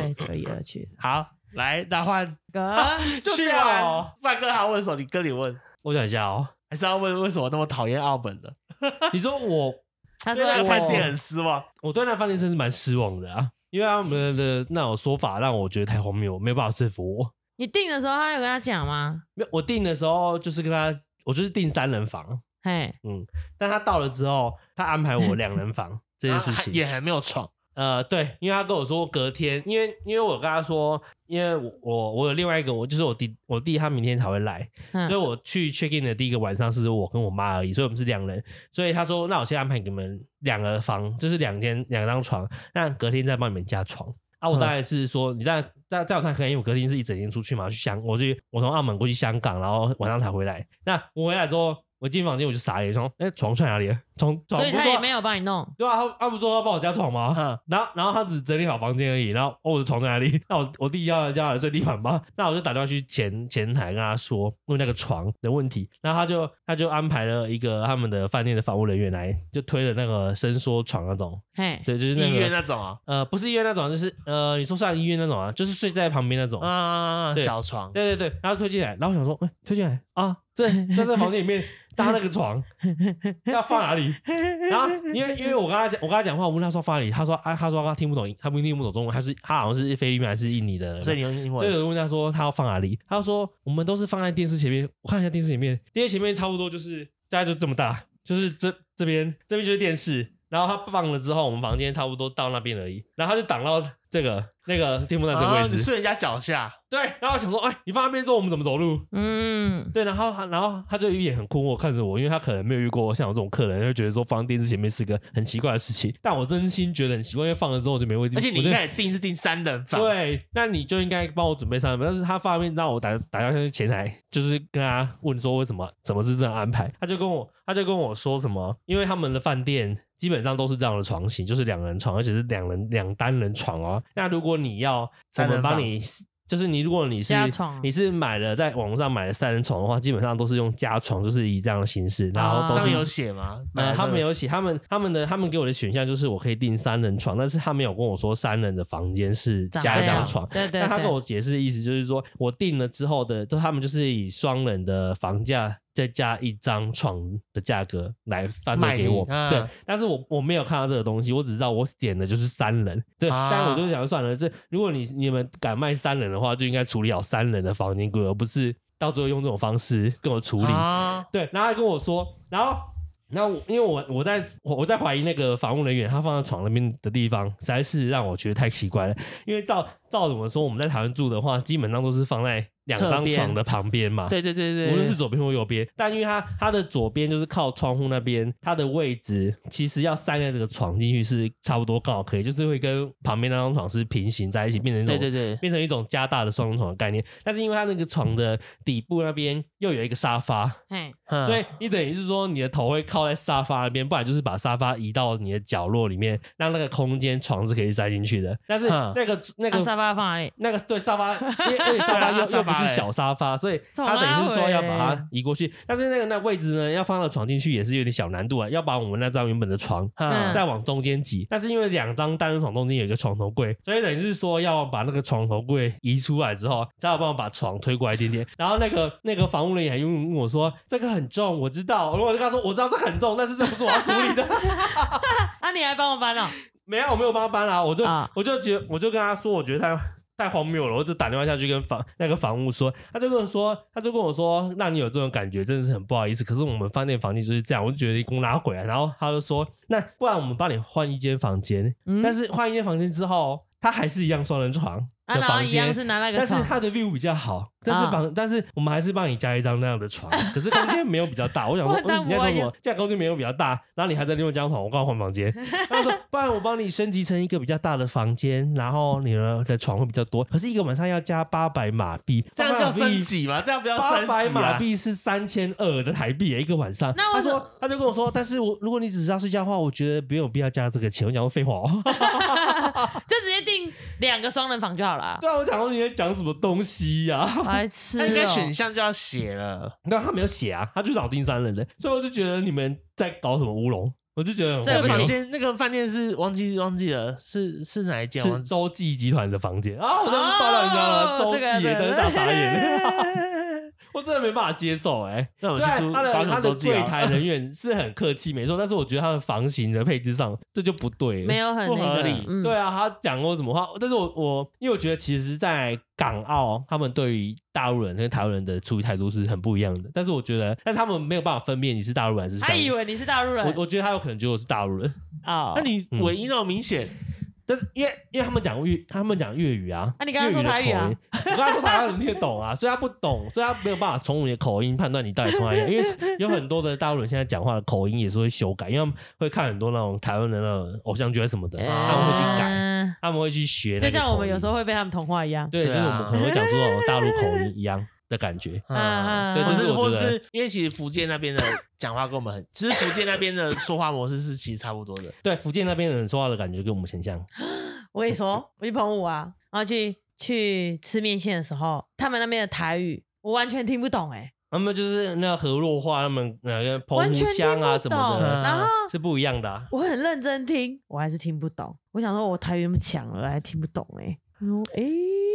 Speaker 1: 9月去。
Speaker 2: 好，来，那换
Speaker 1: 哥
Speaker 2: 去哦。范哥还问什么？你哥你问，
Speaker 3: 我想一下哦，
Speaker 2: 还是要问为什么那么讨厌澳门的？
Speaker 3: 你说我，
Speaker 1: 他说
Speaker 2: 对饭店很失望，
Speaker 3: 我对那饭店真是蛮失望的啊，因为他们的那种说法让我觉得太荒谬，没有办法说服我。
Speaker 1: 你订的时候，他有跟他讲吗？
Speaker 3: 没有，我订的时候就是我就是订3人房，但他到了之后，他安排我2人房这件事情，
Speaker 2: 也还没有床。
Speaker 3: 对，因为他跟我说隔天，因为我跟他说，因为我有另外一个，就是我弟他明天才会来，所以我去 check in 的第一个晚上是我跟我妈而已，所以我们是2人，所以他说那我先安排给你们2个房，就是2张床，那隔天再帮你们加床。啊，我大概是说，你在我看可能因为我隔天是一整天出去嘛，我从澳门过去香港，然后晚上才回来。那我回来之后，我进房间我就傻眼，说：“床去哪里了？床
Speaker 1: 所以他也没有帮你弄，
Speaker 3: 对啊，他不是说要帮我加床吗？然后他只整理好房间而已，然后我的床在哪里？那我弟要来睡地板吧？那我就打电话去前台跟他说问那个床的问题，然后他就安排了一个他们的饭店的房务人员来，就推了那个伸缩床那种，对，就是那个
Speaker 2: 医院那种啊，
Speaker 3: 不是医院那种，就是你说像医院那种啊，就是睡在旁边那种
Speaker 2: 小床，
Speaker 3: 对，然后推进来，然后我想说，推进来啊。 在这房间里面搭那个床要放哪里？然后因为我跟他讲话，我问他说放哪里，他说他听不懂，他听不懂中文，他好像是菲律宾还是印尼的人，
Speaker 2: 所以你用英文。
Speaker 3: 对，我问他说他要放哪里，他就说我们都是放在电视前面。我看一下电视前面，电视前面差不多就是大概就这么大，就是这边就是电视。然后他放了之后，我们房间差不多到那边而已，然后他就挡到那个电风扇这个位置，
Speaker 2: 你睡人家脚下。
Speaker 3: 对，然后我想说，你放那边之后我们怎么走路？对，然后他就一脸很困惑看着我，因为他可能没有遇过像我这种客人，就觉得说放电视前面是个很奇怪的事情。但我真心觉得很奇怪，因为放了之后我就没问题。
Speaker 2: 而且你一开始订是订3人房，
Speaker 3: 对，那你就应该帮我准备3人房。但是他放那边让我打电话去前台，就是跟他问说为什么是这样安排，他就跟我说什么，因为他们的饭店基本上都是这样的床型，就是2人床，而且是两单人床哦。那如果你要我们帮你，就是如果你是买了在网上买了3人床的话，基本上都是用加床，就是以这样的形式，然后都是
Speaker 2: 有写吗？
Speaker 3: 他们有写，他们给我的选项就是我可以订3人床，但是他没有跟我说3人的房间是加一张床。
Speaker 1: 对，
Speaker 3: 那他跟我解释的意思就是说，我订了之后的，他们就是以双人的房价再加1张床的价格来贩售给我，对。但是我没有看到这个东西，我只知道我点的就是3人，对。但是我就想算了，如果你们敢卖3人的话，就应该处理好3人的房间规，而不是到最后用这种方式跟我处理。对，然后他跟我说，然后因为我在怀疑那个房务人员他放在床那边的地方，实在是让我觉得太奇怪了。因为照怎么说，我们在台湾住的话，基本上都是放在2张床的旁边嘛，
Speaker 2: 对，
Speaker 3: 无论是左边或右边。但因为它的左边就是靠窗户那边，它的位置其实要塞在这个床进去是差不多刚好可以，就是会跟旁边那张床是平行在一起，变成一种加大的双人床的概念。但是因为它那个床的底部那边又有一个沙发，所以你等于是说你的头会靠在沙发那边，不然就是把沙发移到你的角落里面，让那个空间床是可以塞进去的。但是那个
Speaker 1: 沙发放哪里？
Speaker 3: 那个对沙发，因为沙发又不是小沙发，所以他等于是说要把它移过去。但是那个位置呢，要放到床进去也是有点小难度啊，要把我们那张原本的床再往中间挤。但是因为2张单人床中间有一个床头柜，所以等于是说要把那个床头柜移出来之后，才有办法把床推过来一点点。然后那个房务人员还问我说：“这个很重，我知道。”我就跟他说：“我知道这很重，但是这不是我要处理的。”
Speaker 1: 你还帮我搬了？
Speaker 3: 没有，我没有帮他搬啦。我就跟他说，我觉得太荒谬了，我就打电话下去跟那个房务说，他就跟我说，那你有这种感觉真的是很不好意思，可是我们饭店房间就是这样，我就觉得你给我拿回来。然后他就说，那不然我们帮你换一间房间，但是换一间房间之后，他还是一样双人床的房间，但是他的 view 比较好，但是我们还是帮你加一张那样的床，可是空间没有比较大。我想说，你在说什么？这样空间没有比较大，然后你还在另外加床，我刚换房间。他说，不然我帮你升级成一个比较大的房间，然后你的床会比较多，可是一个晚上要加800马币，
Speaker 2: 这样叫升级吗？这样不要升级
Speaker 3: 800马币是3200的台币一个晚上。他就跟我说，但是如果你只是要睡觉的话，我觉得没有必要加这个钱。我讲说废话哦，
Speaker 1: 就直接订2个双人房就好了。
Speaker 3: 对啊，我讲说你在讲什么东西呀？
Speaker 1: 白痴，
Speaker 2: 那应该选项就要写了。
Speaker 3: 那他没有写啊，他就老订3人的，所以我就觉得你们在搞什么乌龙，我就觉得
Speaker 2: 那个饭店是忘记了是哪一间？
Speaker 3: 是洲际集团的房间啊！我真爆料人家了，洲际也真大傻眼。我真的没办法接受
Speaker 2: 那我去租
Speaker 3: 他的柜台人员是很客气没错，但是我觉得他的房型的配置上这就不对了，
Speaker 1: 没有很
Speaker 2: 不合理。
Speaker 3: 对啊，他讲过什么话？但是因为我觉得其实在港澳他们对于大陆人跟台湾人的处理态度是很不一样的，但是他们没有办法分辨你是大陆人还是
Speaker 1: 他以为你是大陆人，
Speaker 3: 我觉得他有可能觉得我是大陆人
Speaker 2: 那你尾音那么明显。
Speaker 3: 但是因为他们讲粤语啊，
Speaker 1: 你刚刚说台语啊，
Speaker 3: 我刚才说台语你听得懂啊，所以他不懂，所以他没有办法从你的口音判断你到底从哪里。因为有很多的大陆人现在讲话的口音也是会修改，因为他们会看很多那种台湾的那种偶像剧什么的，他们会去改，他们会去学，
Speaker 1: 就像我们有时候会被他们同化一样。
Speaker 3: 对，就是我们可能会讲出那种大陆口音一样的感觉。对，就是我觉得，
Speaker 2: 因为其实福建那边的讲话跟我们其实福建那边的说话模式是其实差不多的。
Speaker 3: 对，福建那边的人说话的感觉跟我们很像。
Speaker 1: 我跟你说，我去澎湖啊，然后去吃面线的时候，他们那边的台语我完全听不懂
Speaker 3: 他们就是那个河洛话，他们那个澎湖腔啊什么的，
Speaker 1: 然后
Speaker 3: 是不一样的。
Speaker 1: 我很认真听，我还是听不懂。我想说，我台语那么强了，还听不懂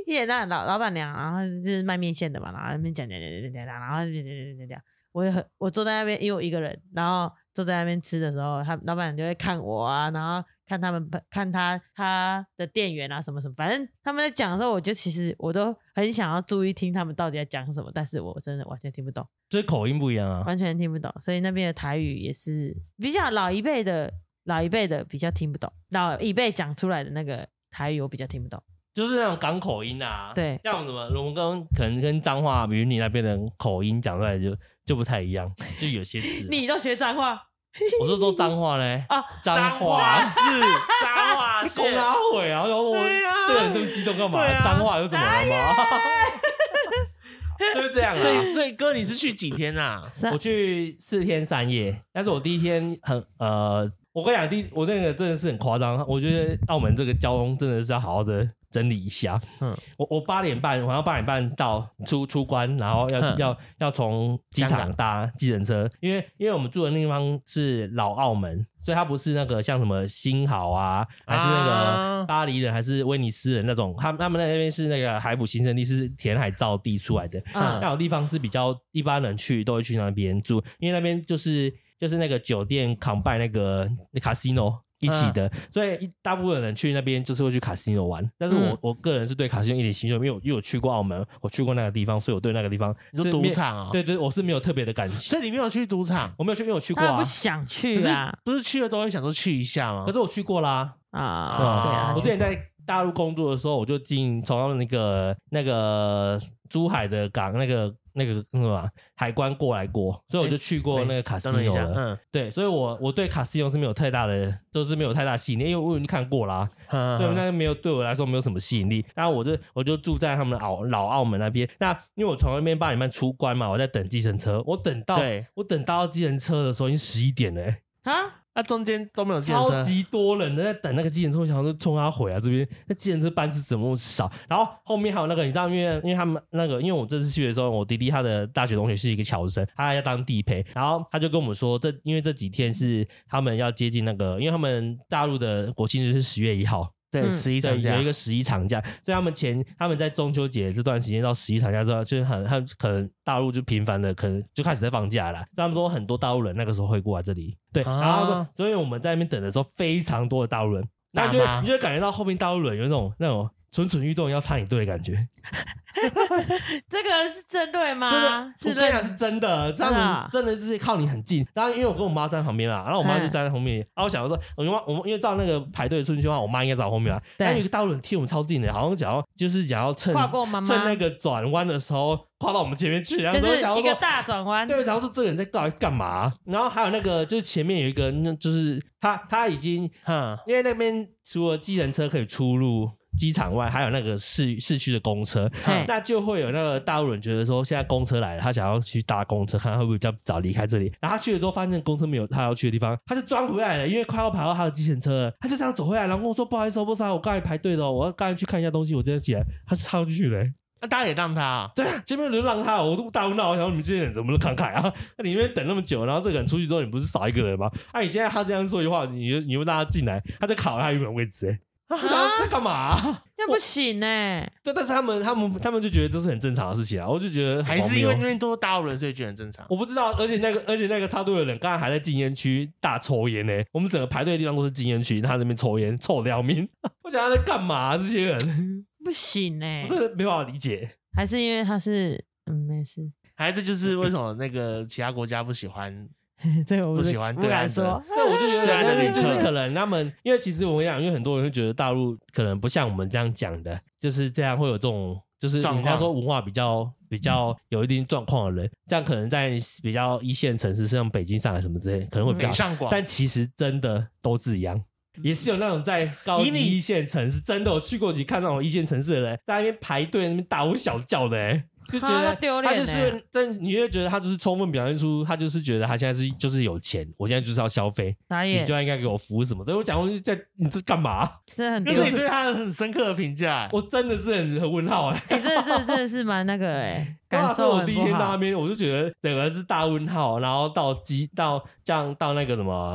Speaker 1: 耶，那老板娘，然后就是卖面线的嘛，然后那边讲，然后讲，我坐在那边，因为我一个人，然后坐在那边吃的时候，他老板娘就会看我啊，然后看他的店员啊什么什么，反正他们在讲的时候，我就其实我都很想要注意听他们到底在讲什么，但是我真的完全听不懂，
Speaker 3: 就是口音不一样啊，
Speaker 1: 完全听不懂，所以那边的台语也是比较老一辈的比较听不懂，老一辈讲出来的那个台语我比较听不懂。
Speaker 3: 就是那种港口音啊，
Speaker 1: 对，
Speaker 3: 像什么龙岗可能跟彰化比如你那边的口音讲出来就不太一样，就有些字
Speaker 1: 你都学彰化，
Speaker 3: 我是说彰化嘞
Speaker 1: 啊，
Speaker 2: 彰化
Speaker 3: 你公阿悔啊，然后我这个人这么激动干嘛？彰化又怎么了吗？就是这样啊。
Speaker 2: 所以哥你是去几天啊？
Speaker 3: 我去4天3夜，但是我第一天我跟你讲，我那个真的是很夸张。我觉得澳门这个交通真的是要好好的整理一下。我8点半，晚上8点半到出关，然后要从机场搭计程车，因为我们住的那地方是老澳门，所以它不是那个像什么新豪啊，还是那个巴黎人，还是威尼斯人那种，他们那边是那个海埔新生地，是填海造地出来的。那种地方是比较一般人都会去那边住，因为那边就是那个酒店 combine 那个 casino 一起的，所以大部分人去那边就是会去 casino 玩。但是我个人是对 casino 一点兴趣，因为我去过澳门，我去过那个地方，所以我对那个地方
Speaker 2: 你说赌场啊？
Speaker 3: 对，我是没有特别的感觉。
Speaker 2: 所以你没有去赌场？
Speaker 3: 我没有去，因为我去过啊。
Speaker 1: 他不想去啊？
Speaker 2: 不是去了都会想说去一下吗？
Speaker 3: 可是我去过啦。对啊，我之前在大陆工作的时候，我就从那个珠海的港那个什么海关过来过，所以我就去过那个卡西诺了。对，所以我对卡西诺是没有太大的，就是没有太大吸引力，因为我已经看过啦。对，那个没有对我来说没有什么吸引力。然后我就住在他们老澳门那边。那因为我从那边8点半出关嘛，我在等计程车。我等到计程车的时候已经11点了。
Speaker 2: 那中间都没有计程车，
Speaker 3: 超级多人的在等那个计程车，我想说冲他回啊，这边那计程车班次怎么那么少？然后后面还有那个你知道，因为他们那个，因为我这次去的时候，我弟弟他的大学同学是一个侨生，他要当地陪，然后他就跟我们说，因为这几天是他们要接近那个，因为他们大陆的国庆日是10月1号。
Speaker 2: 对，11长假
Speaker 3: 有一个11长假，所以他们在中秋节这段时间到11长假之后，就是他们可能大陆就频繁的可能就开始在放假了。他们说很多大陆人那个时候会过来这里，对，然后说，所以我们在那边等的时候，非常多的大陆人，那你就会感觉到后面大陆人有那种蠢蠢欲动要插你队的感觉。
Speaker 1: 这个是针对吗？
Speaker 3: 真的，我跟你讲是真的，他们真的是靠你很近。然后因为我跟我妈站旁边啦，然后我妈就站在后面。然后我想说，我因为照那个排队的顺序的话，我妈应该在我后面啦。但有一个大陆人踢我们超近的，好像想要趁那个转弯的时候跨到我们前面去，然后
Speaker 1: 就是一个大转弯。
Speaker 3: 对，然后说这个人在到底干嘛？然后还有那个就是前面有一个，就是他已经因为那边除了计程车可以出入机场外，还有那个市区的公车，那就会有那个大陆人觉得说现在公车来了，他想要去搭公车，看他会不会比较早离开这里。然后他去了之后发现公车没有他要去的地方，他就钻回来了，因为快要排到他的计程车了，他就这样走回来，然后跟我说不好意思，我刚才排队的，我刚才去看一下东西，我这样起来，他就插上去了。
Speaker 2: 那大家也让他啊？
Speaker 3: 对啊，前面有人让他，我都大闹，我想说你们这些人怎么都慷慨啊？那你那边等那么久，然后这个人出去之后，你不是少一个人吗？你现在他这样说的话，你又让他进来，他就卡了他原本位置。在干嘛？
Speaker 1: 那不行
Speaker 3: 对，但是他们就觉得这是很正常的事情啊，我就觉得
Speaker 2: 还是因为那边都是大陆人，所以觉得很正常。
Speaker 3: 我不知道，而且那个插队的人刚才还在禁烟区大抽烟呢。我们整个排队的地方都是禁烟区，他那边抽烟，臭得要命。我想他在干嘛？这些人
Speaker 1: 不行
Speaker 3: 我真的没办法理解。
Speaker 1: 还是因为他是没事，
Speaker 2: 还是就是为什么那个其他国家不喜欢？
Speaker 1: 这个我
Speaker 2: 不喜欢
Speaker 1: 不敢说，
Speaker 3: 这我就觉得就是可能他们，因为其实我跟你讲，因为很多人会觉得大陆可能不像我们这样讲的，就是这样会有这种，就是人家说文化比较有一定状况的人，这样可能在比较一线城市，像北京、上海什么之类，可能会比较，但其实真的都是一样。也是有那种在高级一线城市，真的我去过，你看那种一线城市的人在那边排队，那边大呼小叫的就觉得他就是，但你会觉得他就是充分表现出他就是觉得他现在就是有钱，我现在就是要消费，你就应该给我服务什么的。我讲过你这干嘛？
Speaker 1: 真的很
Speaker 2: 丢脸，就是对他有很深刻的评价。
Speaker 3: 我真的是很问号
Speaker 1: 真的是蛮那个感受很不好。
Speaker 3: 我第一天到那边，我就觉得整个是大问号，然后到那个什么。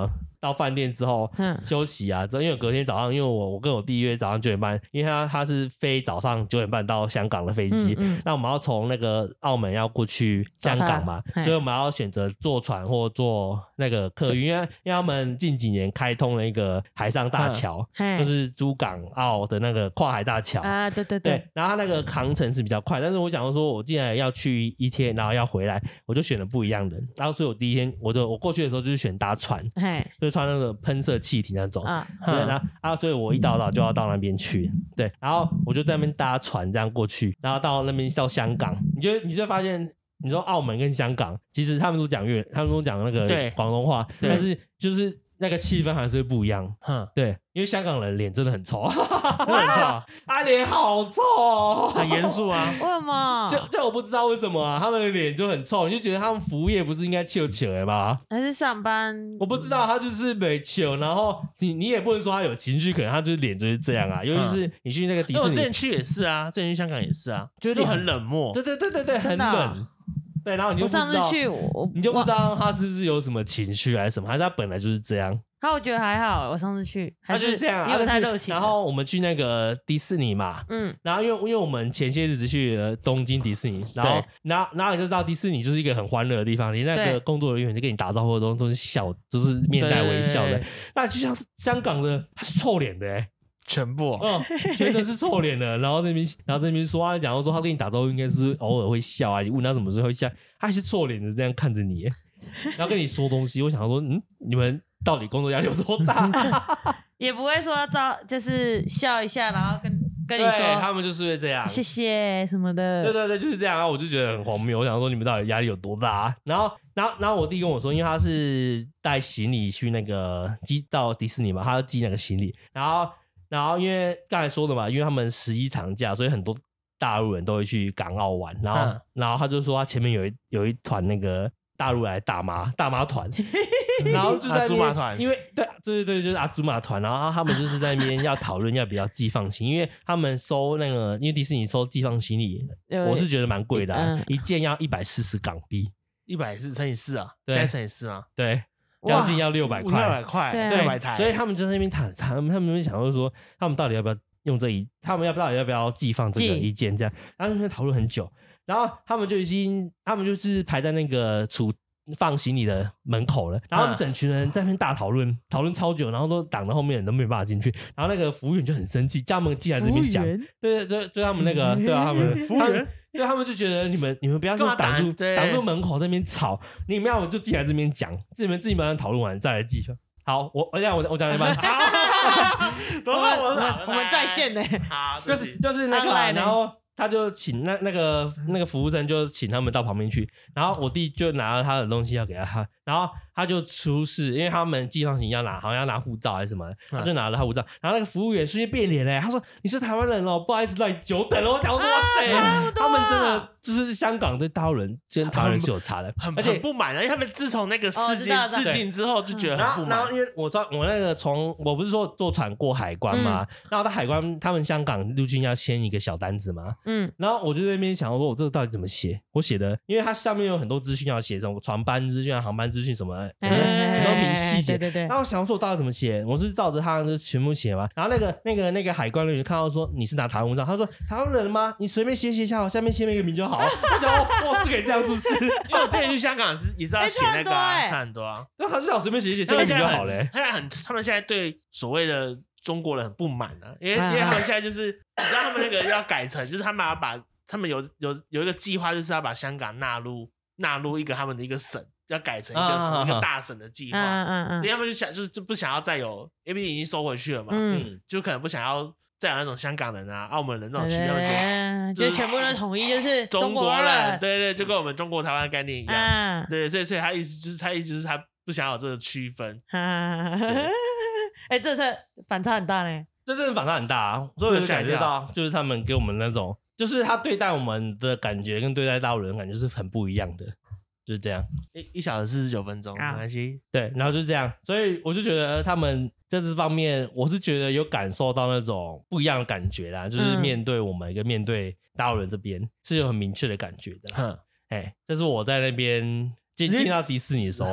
Speaker 3: 到饭店之后休息啊，之后因为隔天早上，因为我跟我弟约早上9点半，因为他是飞早上9点半到香港的飞机，那我们要从那个澳门要过去香港嘛，所以我们要选择坐船或坐那个客运，因为他们近几年开通了一个海上大桥，就是珠港澳的那个跨海大桥啊，对，然后它那个航程是比较快，但是我想说我既然要去一天，然后要回来，我就选了不一样的，然后所以我第一天我过去的时候就是选搭船，就是穿那个喷射气体那种，对，然后所以我一到就要到那边去，对，然后我就在那边搭船这样过去，然后到那边到香港，你就会发现，你说澳门跟香港，其实他们都讲那个广东话，但是就是那个气氛还是会不一样，对，因为香港人脸真的很臭，
Speaker 2: 很臭，
Speaker 3: 他脸好臭哦，
Speaker 2: 很严肃啊。
Speaker 1: 为什么？
Speaker 3: 就我不知道为什么啊，他们的脸就很臭，你就觉得他们服务业不是应该臭臭的吗？
Speaker 1: 还是上班？
Speaker 3: 我不知道，他就是没臭，然后你也不能说他有情绪，可能他就是脸就是这样啊。尤其是你去那个迪士尼，
Speaker 2: 我之前去也是啊，之前去香港也是啊，就很冷漠，
Speaker 3: 对，很冷。对，然后你就不知道，
Speaker 1: 我上次去
Speaker 3: 你就不知道他是不是有什么情绪还是什么，还是他本来就是这样。
Speaker 1: 我觉得还好，我上次去
Speaker 3: 他就是这样，
Speaker 1: 因为太热情。
Speaker 3: 然后我们去那个迪士尼嘛，然后因为我们前些日子去东京迪士尼，然后你就知道迪士尼就是一个很欢乐的地方，你那个工作人员就跟你打招呼的都是笑，就是面带微笑的。那就像香港的，他是臭脸的
Speaker 2: 全部，
Speaker 3: 全程是臭脸的，然后这边说他讲说他跟你打招呼应该是偶尔会笑啊，你问他什么时候会笑，他还是臭脸的这样看着你，然后跟你说东西。我想说，你们到底工作压力有多大？
Speaker 1: 也不会说就是笑一下，然后跟你说，
Speaker 3: 他们就是会这样，
Speaker 1: 谢谢什么的。
Speaker 3: 对，就是这样。然后我就觉得很荒谬，我想说你们到底压力有多大？然后我弟跟我说，因为他是带行李去那个到迪士尼嘛，他要寄那个行李，然后因为刚才说的嘛，因为他们11长假，所以很多大陆人都会去港澳玩。然后他就说他前面有一团那个大陆来大妈团，然后就在
Speaker 2: 阿祖玛团，
Speaker 3: 因为对，就是阿祖玛团。然后他们就是在那边要讨论要不要寄放行，因为他们收那个，因为迪士尼收寄放行李，我是觉得蛮贵的，一件要140港币
Speaker 2: ，140乘以4啊，现在乘以4啊，
Speaker 3: 对。将近要600
Speaker 2: 块
Speaker 1: ，600
Speaker 2: 台，
Speaker 3: 所以他们就在那边谈，他们想说他们到底要不要用他们到底要不要寄放这个一件这样，然后他们讨论很久，然后他们就是排在那个放行李的门口了，然后他们整群人在那边大讨论超久，然后都挡到后面人都没有办法进去，然后那个服务员就很生气，叫他们进来这边讲，对，他们那个对啊，他们服务员。因为他们就觉得你们不要挡住门口在那边吵，你们要就进来这边讲，你们自己慢慢讨论完再来继续。好，我讲一半。
Speaker 1: 我们在线呢。
Speaker 2: 好，
Speaker 3: 就是那个，然后他就请那个服务生就请他们到旁边去，然后我弟就拿了他的东西要给他，然后他就出示，因为他们寄放行好像要拿护照还是什么，他就拿了他护照，然后那个服务员瞬间变脸他说你是台湾人哦，不好意思让你久等了。我讲说他们真的就是香港对大陆人跟台湾人是有差的，
Speaker 2: 而且很不满，因为他们自从那个事件之后就觉得很不满。
Speaker 3: 然后因为我那个我不是说坐船过海关嘛，然后到海关他们香港陆军要签一个小单子嘛，然后我就在那边想说我这个到底怎么写，我写的因为它上面有很多资讯要写，什么船班资讯、航班资讯什么很多明细节，
Speaker 1: 对。
Speaker 3: 然后我想说我到底怎么写，我是照着他就全部写嘛。然后那个海关人员看到说你是拿台湾护照，他说台湾人吗？你随便写一下好，下面签一个名就好。我想哇是可以这样是不是？
Speaker 2: 因为我之前去香港也是要写那个看很多啊，
Speaker 3: 那他就想随便写签个名就好了。
Speaker 2: 他们现在对所谓的中国人很不满啊，因为他们现在就是你知道他们那个要改成，就是他们要把他们有一个计划，就是要把香港纳入一个他们的一个省。要改成一个大省的计划，所以他们就不想要再有，因为已经收回去了嘛，就可能不想要再有那种香港人啊、澳门人那种区别，
Speaker 1: 就全部都统一，就是
Speaker 2: 中国
Speaker 1: 人，
Speaker 2: 对，就跟我们中国台湾的概念一样，对，所以他意思就是他不想有这个区分，
Speaker 1: 这反差很大呢，
Speaker 3: 这真的反差很大啊，所以我感觉到就是他们给我们那种，就是他对待我们的感觉跟对待大陆人的感觉是很不一样的。就是这样
Speaker 2: ，1小时49分钟，没关系。
Speaker 3: 对，然后就是这样，所以我就觉得他们在这方面，我是觉得有感受到那种不一样的感觉啦，就是面对我们跟面对大陆人这边是有很明确的感觉的啦。这是我在那边进到迪士尼的时候啦。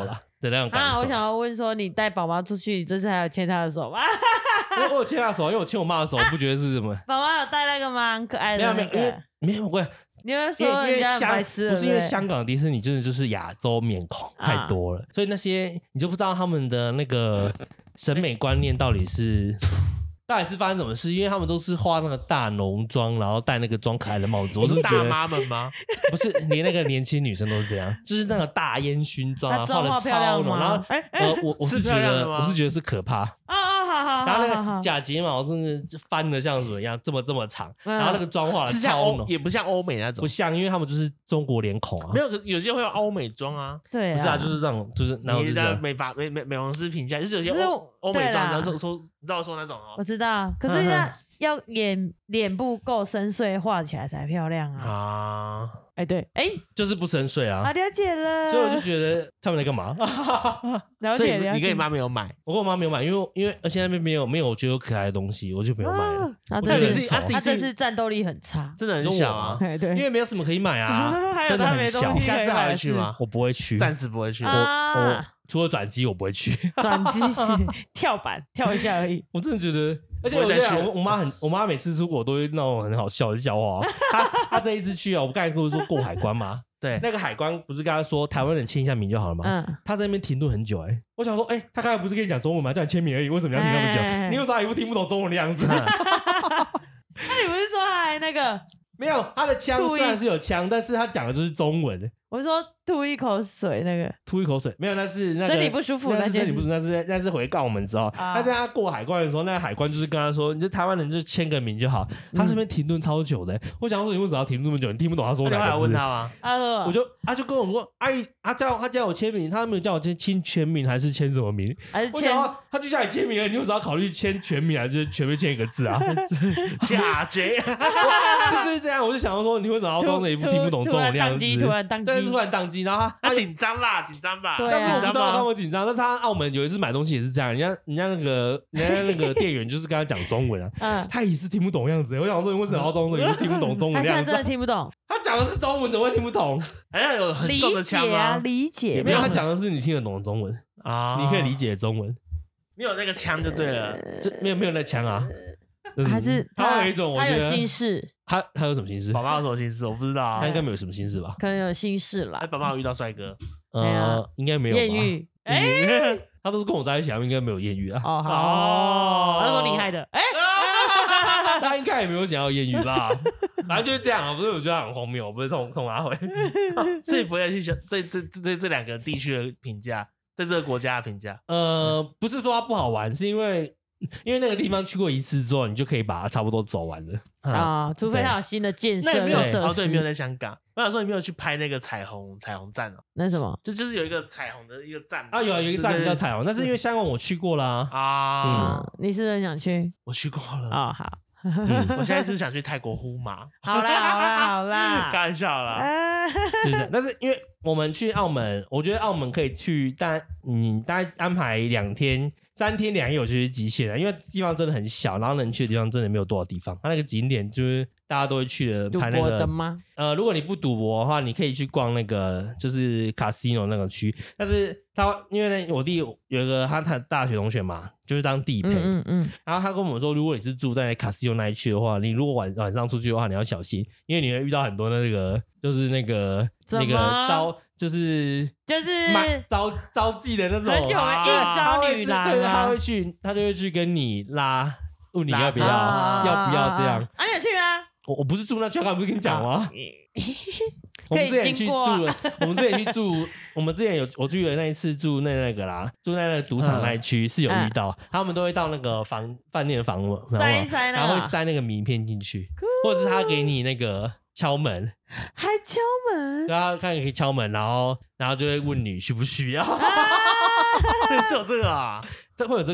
Speaker 3: 的那种感受。
Speaker 1: 我想要问说，你带宝宝出去，你这次还有牵她的手吗？
Speaker 3: 我有牵她的手，因为我牵我妈的手，我不觉得是什么。
Speaker 1: 宝宝有带那个吗？很可爱的、那个。
Speaker 3: 没有，我
Speaker 1: 你会说人家很白痴，
Speaker 3: 不是因为香港的迪士尼真的就是亚洲面孔太多了，所以那些你就不知道他们的那个审美观念到底是发生什么事，因为他们都是化那个大浓妆，然后戴那个装可爱的帽子。我是觉得
Speaker 2: 大妈们吗？
Speaker 3: 不是，连那个年轻女生都是这样，就是那个大烟熏妆啊，画的超浓。然后我是觉得是可怕。然后那个假睫毛真的翻的像什么样，这么长，然后那个妆化的超浓，
Speaker 2: 也不像欧美那种，
Speaker 3: 不像，因为他们就是中国脸孔啊。
Speaker 2: 没有，有些会有欧美妆啊。
Speaker 1: 对，
Speaker 3: 不是啊，就是那种，就是然后就是
Speaker 2: 美容师评价，就是有些欧美妆，然后说你知道说那种哦。
Speaker 1: 我知道，可是要脸部够深邃，画起来才漂亮啊。对，
Speaker 3: 就是不深邃啊。
Speaker 1: 了解了。
Speaker 3: 所以我就觉得他们在干嘛？
Speaker 1: 了解。
Speaker 2: 所以你跟你妈没有买？
Speaker 3: 我跟我妈没有买，因为而且那边没有我觉得有可爱的东西，我就没有买了。
Speaker 1: 他这次战斗力很差，
Speaker 2: 真的很小啊。
Speaker 1: 对，
Speaker 3: 因为没有什么可以买啊，真的很小。
Speaker 2: 你下次还会去吗？
Speaker 3: 我不会去，
Speaker 2: 暂时不会去。
Speaker 3: 我除了转机我不会去，
Speaker 1: 转机跳板跳一下而已。
Speaker 3: 我真的觉得。而且我妈每次出国都会那种很好笑的笑话。她这一次去我刚才跟我说过海关嘛，
Speaker 2: 对，
Speaker 3: 那个海关不是跟她说台湾人签一下名就好了吗？她在那边停顿很久我想说她刚才不是跟你讲中文吗？叫你签名而已，为什么要停那么久？你有啥一副听不懂中文的样子？那
Speaker 1: 你不是说他还那个？
Speaker 3: 没有，他的腔虽然是有腔，但是他讲的就是中文。
Speaker 1: 我说吐一口水那个，
Speaker 3: 吐一口水没有，那是那个
Speaker 1: 身体不舒服，
Speaker 3: 那是身体不舒服，那是回告我们之后，但是他过海关的时候，那个海关就是跟他说，你这台湾人就签个名就好。他这边停顿超久的，我想说你为什么要停那么久？你听不懂他说哪个字？
Speaker 2: 问他吗？
Speaker 3: 他就跟我说，阿姨，他叫我签名，他没有叫我签全名还是签什么名？我想他就叫你签名了，你为什么要考虑签全名还是全面签一个字啊？
Speaker 2: 假贼，
Speaker 3: 就是这样。我就想说，你为什么要装着一副听不懂中文的样子？
Speaker 1: 突然
Speaker 3: 宕机，然后
Speaker 2: 他紧张吧？
Speaker 1: 对啊，
Speaker 3: 但是我不知道他会紧张。但是他澳门有一次买东西也是这样，人家那个店员就是跟他讲中文啊，他也是听不懂样子。我想说，你为什么要装作你是听不懂中文的样子？
Speaker 1: 他真的听不懂。
Speaker 3: 他讲的是中文，怎么会听不懂？
Speaker 2: 好像有很重的腔吗？
Speaker 1: 理解，
Speaker 3: 没有，他讲的是你听得懂的中文啊，你可以理解中文，
Speaker 2: 没有那个腔就对了，
Speaker 3: 没有那腔啊。
Speaker 1: 还是
Speaker 3: 他有一种，
Speaker 1: 他有心事。
Speaker 3: 他有什么心事？
Speaker 2: 宝宝有什么心事？我不知道。
Speaker 3: 他应该没有什么心事吧？
Speaker 1: 可能有心事啦。
Speaker 2: 宝宝有遇到帅哥？
Speaker 3: 应该没有吧。
Speaker 1: 艳遇？
Speaker 3: 他都是跟我在一起，应该没有艳遇啊。
Speaker 1: 他说你害的。
Speaker 3: 他应该也没有想要艳遇吧？反正就是这样啊。不是，我觉得他很荒谬，不是冲阿辉。
Speaker 2: 所以不会去想对这两个地区的评价，对这个国家的评价。
Speaker 3: 不是说它不好玩，是因为那个地方去过一次之后，你就可以把它差不多走完了
Speaker 1: 除非它有新的建设。
Speaker 2: 那没有对，没有在香港。我想说你没有去拍那个彩虹站哦？
Speaker 1: 那是什么？
Speaker 2: 就是有一个彩虹的一个站
Speaker 3: 啊，有一个站叫彩虹，但是因为香港我去过啦
Speaker 1: 你是很想去？
Speaker 2: 我去过了
Speaker 1: 好。
Speaker 2: 我现在就是想去泰国呼麻。
Speaker 1: 好啦，
Speaker 2: 开玩笑啦。
Speaker 3: 但是因为我们去澳门，我觉得澳门可以去，但你大概安排2天。3天2夜我觉得是极限了，因为地方真的很小，然后能去的地方真的没有多少地方。它那个景点就是大家都会去的，拍那个
Speaker 1: 的吗？
Speaker 3: 如果你不赌博的话，你可以去逛那个就是 casino 那个区。但是因为我弟有一个他大学同学嘛，就是当地陪，然后他跟我们说，如果你是住在 casino 那一区的话，你如果晚上出去的话，你要小心，因为你会遇到很多那个就是那个就是招妓的那种，
Speaker 1: 很久没应招女郎，
Speaker 3: 对，他就会去跟你问你要不要这样。
Speaker 1: 你有去吗？
Speaker 3: 我不是住那区，刚不是跟你讲吗？我们之前去住了，我们之前我去的那一次住那个啦，住在那个赌场那一区是有遇到，他们都会到那个饭店的房
Speaker 1: 塞
Speaker 3: 然后会塞那个名片进去，或者是他给你那个敲门，
Speaker 1: 还敲门，
Speaker 3: 对啊，看你可以敲门，然后就会问你需不需要，
Speaker 2: 是有这个啊，
Speaker 3: 会有这个啊，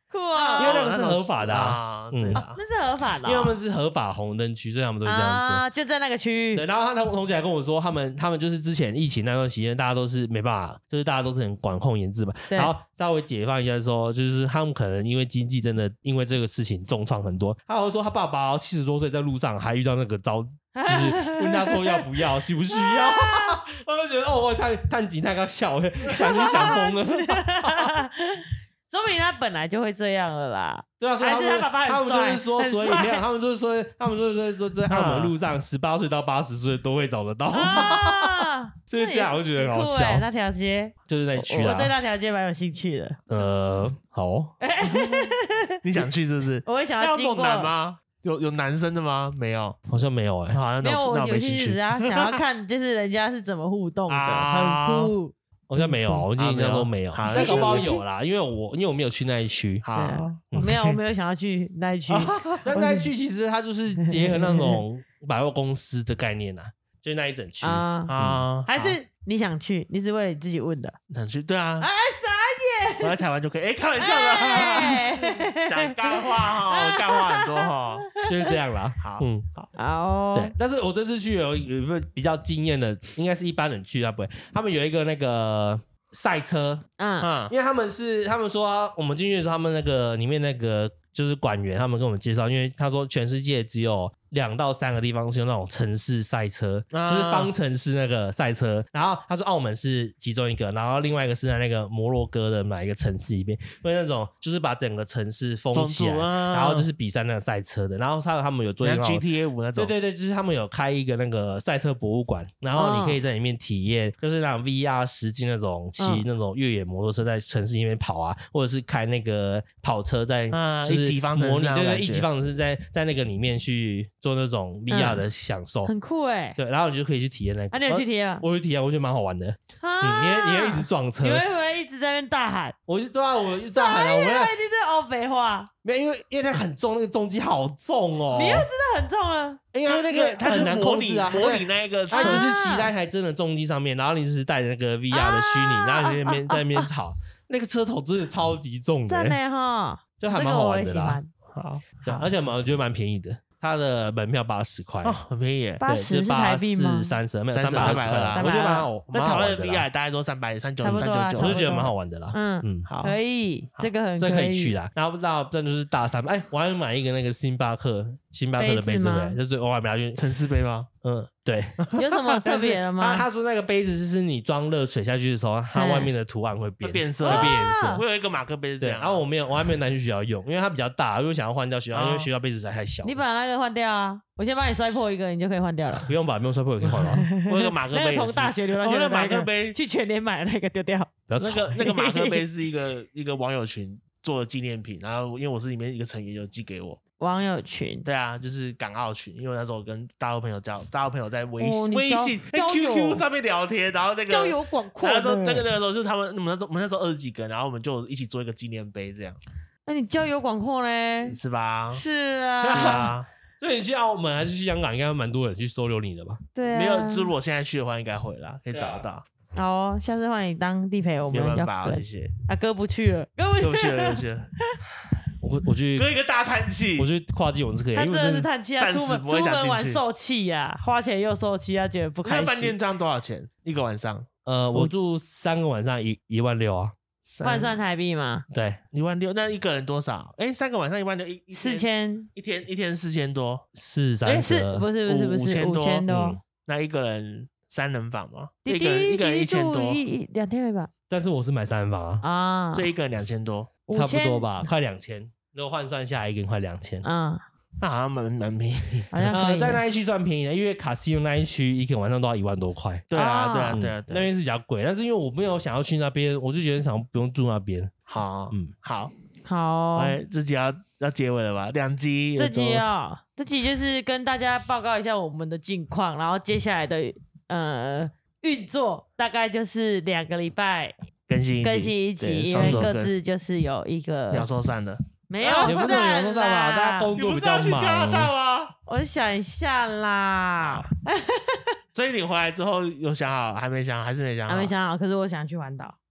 Speaker 1: 酷啊！
Speaker 3: 因为那个是合法的
Speaker 2: 对啊，
Speaker 1: 那是合法的，
Speaker 3: 因为他们是合法红灯区，所以他们都会这样做。
Speaker 1: 就在那个区域。
Speaker 3: 对，然后他同学还跟我说，他们就是之前疫情那段期间，大家都是没办法，就是大家都是很管控严制嘛。然后稍微解放一下说，就是他们可能因为经济真的因为这个事情重创很多。他会说他爸爸70多岁在路上还遇到那个就是问他说要不要，需不需要？我就觉得我探警太搞笑了，想疯了。
Speaker 1: 说明他本来就会这样了啦。
Speaker 3: 对啊，所以
Speaker 1: 还是他爸爸
Speaker 3: 他们就是说，所以没有，他们就是说在澳门路上18岁到80岁都会找得到。就是这样，我觉得很好笑。
Speaker 1: 那条街
Speaker 3: 就是那区啊，
Speaker 1: 我对那条街蛮有兴趣
Speaker 3: 的。好，
Speaker 2: 你想去是不是？
Speaker 1: 我也想要经过。
Speaker 2: 男吗？有男生的吗？没有，
Speaker 3: 好像没有哎。
Speaker 2: 好，
Speaker 1: 没有，我
Speaker 2: 有兴趣。
Speaker 1: 想要看，就是人家是怎么互动的，很酷。
Speaker 3: 好像没有啊，我印象都没有。但搞不好有啦，因为我没有去那一区。
Speaker 1: 好，我没有想要去那一区。
Speaker 3: 那一区其实它就是结合那种百货公司的概念啊，就是那一整区
Speaker 1: 啊。还是你想去？你是为了你自己问的？
Speaker 2: 想去？对啊。
Speaker 1: 傻眼！
Speaker 2: 我在台湾就可以。开玩笑的，讲干话哈，干话很多哈，
Speaker 3: 就是这样啦。
Speaker 1: 好，
Speaker 3: 对。但是我这次去有一个比较惊艳的，应该是一般人去他不会，他们有一个那个赛车，因为他们说我们进去的时候，他们那个里面那个就是管员，他们跟我们介绍，因为他说全世界只有2到3个地方是有那种城市赛车，就是方程式那个赛车。然后他说澳门是其中一个，然后另外一个是在那个摩洛哥的哪一个城市里面，因为那种就是把整个城市封起来，然后就是比赛那个赛车的。然后他们有做一个
Speaker 2: GTA 5那种，
Speaker 3: 对，就是他们有开一个那个赛车博物馆，然后你可以在里面体验，就是那种 VR 实际那种骑那种越野摩托车在城市里面跑啊，或者是开那个跑车在就是
Speaker 2: 一级方程式，
Speaker 3: 对，一级方程式在那个里面去做那种 VR 的享受，
Speaker 1: 很酷哎。
Speaker 3: 对，然后你就可以去体验那个。
Speaker 1: 你有去体验吗？
Speaker 3: 我去体验，我觉得蛮好玩的。你会一直撞车，
Speaker 1: 你会不会一直在那边大喊？
Speaker 3: 我一直大喊啊！
Speaker 1: 我一直在欧北话。
Speaker 3: 没有，因为它很重，那个重机好重哦。
Speaker 1: 你又知道很重啊？
Speaker 3: 因为那个它很难控制啊，
Speaker 2: 模拟那个，
Speaker 3: 它就是骑在一台真的重机上面，然后你只是带着那个 VR 的虚拟，然后你在那边跑，那个车头真的超级重的，
Speaker 1: 真的哈，
Speaker 3: 就还蛮好玩的啦。
Speaker 2: 好，
Speaker 3: 而且我觉得蛮便宜的。它的门票80块
Speaker 2: 哦，很便宜耶
Speaker 1: ，80是台币吗
Speaker 3: ？30没有320
Speaker 2: 块
Speaker 3: 啦，我觉得蛮好。
Speaker 2: 那台湾的 VR 大概都300、399，
Speaker 3: 我就觉得蛮好玩的啦。
Speaker 1: 好，可以，这个
Speaker 3: 这可以去啦。然后不知道，这就是大3哎，我还买一个那个星巴克的杯子回来，就是我还没拿去
Speaker 2: 城市杯吗？
Speaker 3: 对。
Speaker 1: 有什么特别的吗？
Speaker 3: 他说那个杯子是你装热水下去的时候，它外面的图案会变色，会变颜色。
Speaker 2: 我有一个马克杯是这样，
Speaker 3: 然后我还没有拿去学校用，因为它比较大，因为想要换掉学校，因为学校杯子实在太小。
Speaker 1: 你把那个换掉啊！我先帮你摔破一个，你就可以换掉了。
Speaker 3: 不用吧，不用摔破也可以换了。
Speaker 2: 我有个马克杯，
Speaker 1: 那个从大学留到现在，
Speaker 2: 马克杯
Speaker 1: 去全联买的那个丢掉。
Speaker 2: 那个马克杯是一个网友群做的纪念品，然后因为我是里面一个成员，有寄给我。
Speaker 1: 网友群，
Speaker 2: 对啊，就是港澳群，因为那时候我跟大陆朋友在微信、QQ 上面聊天，然后那个
Speaker 1: 交友广阔。
Speaker 2: 那时候就是他们，我们那时候20几个，然后我们就一起做一个纪念碑这样。
Speaker 1: 那你交友广阔嘞？
Speaker 2: 是吧？
Speaker 1: 是啊。
Speaker 3: 所以你去澳门还是去香港，应该蛮多人去收留你的吧？
Speaker 1: 对啊。
Speaker 2: 没有，就如果现在去的话，应该会啦，可以找得到。
Speaker 1: 好，下次换你当地陪我们。
Speaker 2: 没办法，谢谢。
Speaker 1: 哥不去了，哥不去了。
Speaker 3: 我去
Speaker 2: 割一个大叹气，
Speaker 3: 我去跨境我是可以，
Speaker 1: 他真的是叹气啊！出门玩受气啊，花钱又受气，他觉得不开心。
Speaker 2: 那饭店这样多少钱一个晚上？
Speaker 3: 我住3个晚上16000啊，
Speaker 1: 换算台币吗？
Speaker 3: 对
Speaker 2: ，16000，那一个人多少？3个晚上16000，4000，一天4000多
Speaker 3: ，430，
Speaker 1: 不是5000多，
Speaker 2: 那一个人3人房吗？
Speaker 1: 一个人1000多，2天而已吧。
Speaker 3: 但是我是买3人房
Speaker 2: 啊，所以一个人2000多，
Speaker 3: 差不多吧，快2000。如果换算下来，一个人快2000。
Speaker 2: 那好像蛮便宜。
Speaker 3: 在那一区算便宜的，因为卡西欧那一区一个晚上都要1万多块。
Speaker 2: 对啊，
Speaker 3: 那边是比较贵，但是因为我没有想要去那边，我就觉得想不用住那边。
Speaker 2: 好，
Speaker 1: 好。
Speaker 2: 哎，这集要结尾了吧？2集。
Speaker 1: 这集就是跟大家报告一下我们的近况，然后接下来的运作大概就是2个礼拜更新一集，因为各自就是有一个
Speaker 2: 鸟兽散了。
Speaker 1: 没有，
Speaker 3: 你不是鸟兽散吧？大家工作比较忙。
Speaker 2: 你不是要去加拿大吗？
Speaker 1: 我想一下啦。
Speaker 2: 所以你回来之后有想好？还没想好？还是没想好？
Speaker 1: 还没想好。可是我想去环岛。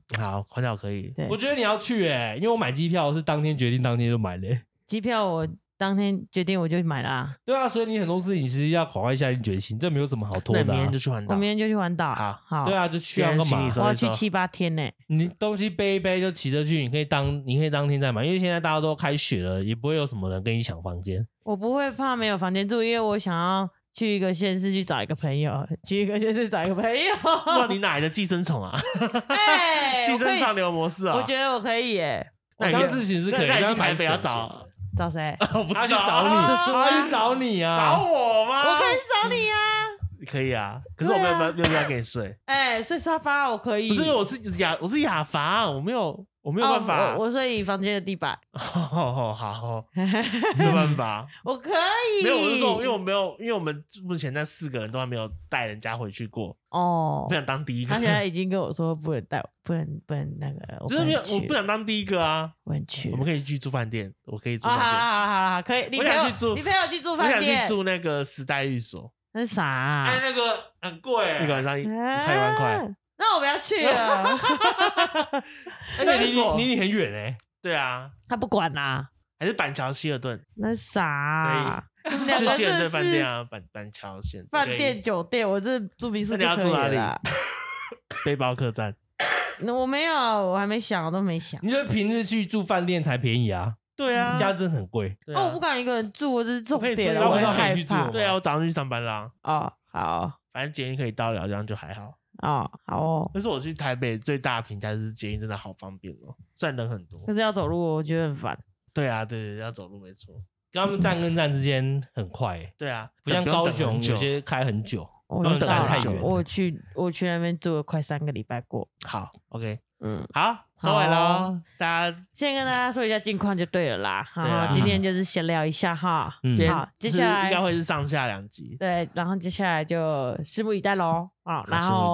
Speaker 2: 好，环岛可以。
Speaker 3: 我觉得你要去因为我买机票是当天决定，当天就买了。
Speaker 1: 机票我当天决定我就买了啊。
Speaker 3: 对啊，所以你很多事情其实要赶快下定决心，这没有什么好拖的。
Speaker 2: 那明天就去环岛，
Speaker 1: 我明天就去环岛。
Speaker 2: 好，
Speaker 3: 对啊，就去干嘛？
Speaker 1: 我要去7、8天呢。
Speaker 3: 你东西背一背就骑着去，你可以当天再买，因为现在大家都开学了，也不会有什么人跟你抢房间。
Speaker 1: 我不会怕没有房间住，因为我想要去一个县市去找一个朋友，
Speaker 2: 哇，你哪来的寄生虫啊？寄生上流模式啊！
Speaker 1: 我觉得我可以耶。
Speaker 3: 我刚事情是可以，
Speaker 2: 那你去台北要找
Speaker 1: 谁？
Speaker 2: 我不知道，
Speaker 3: 他去找你，他去找你啊？
Speaker 2: 找我吗？
Speaker 1: 我可以找你啊。
Speaker 2: 可以啊，可是我没有地方给你睡。
Speaker 1: 睡沙发我可以。
Speaker 2: 不是，我是雅房，我没有办法。
Speaker 1: 我睡你房间的地板。
Speaker 2: 好，没有办法。
Speaker 1: 我可以。
Speaker 2: 没有，我是说，因为我们目前那4个人都还没有带人家回去过。不想当第一个。
Speaker 1: 他现在已经跟我说不能带，不能那个。
Speaker 2: 真的没有，我不想当第一个啊。
Speaker 1: 我很去。
Speaker 2: 我们可以去住饭店，我可以住饭店。
Speaker 1: 好，可以。
Speaker 2: 我想去住，
Speaker 1: 你陪我去住饭店。
Speaker 2: 我想去住那个时代寓所。
Speaker 1: 那是啥啊？
Speaker 3: 那个很贵，
Speaker 2: 一个晚上1万块。
Speaker 1: 那我不要去了。
Speaker 3: 而且离很远
Speaker 2: 对啊，
Speaker 1: 他不管啦。
Speaker 2: 还是板桥希尔顿？
Speaker 1: 那是啥啊？
Speaker 2: 去希尔顿饭店啊，板桥县
Speaker 1: 饭店酒店，我这住民宿就可以了。
Speaker 2: 那你要住哪里？背包客栈。
Speaker 1: 我没有，我还没想，我都没想。
Speaker 3: 你觉得平日去住饭店才便宜啊？
Speaker 2: 对啊，
Speaker 3: 家真的很贵。
Speaker 1: 我不敢一个人住，我这是重点了，
Speaker 3: 我
Speaker 1: 很害怕。
Speaker 2: 对啊，我早上去上班啦。
Speaker 1: 好，
Speaker 2: 反正捷运可以到了，这样就还好。
Speaker 1: 好哦。
Speaker 2: 但是我去台北最大的评价就是捷运真的好方便哦，虽然人很多，
Speaker 1: 可是要走路我觉得很烦。
Speaker 2: 对啊，对，要走路没错。
Speaker 3: 跟他们站跟站之间很快。
Speaker 2: 对啊，
Speaker 3: 不像高雄有些开很久，
Speaker 1: 我
Speaker 3: 等太远。
Speaker 1: 我去那边住了快3个礼拜过。
Speaker 2: 好 ，OK。好，收尾喽。大家
Speaker 1: 先跟大家说一下近况就对了啦。好，今天就是闲聊一下哈。好，接下来
Speaker 2: 应该会是上下2集。
Speaker 1: 对，然后接下来就拭目以待喽。然后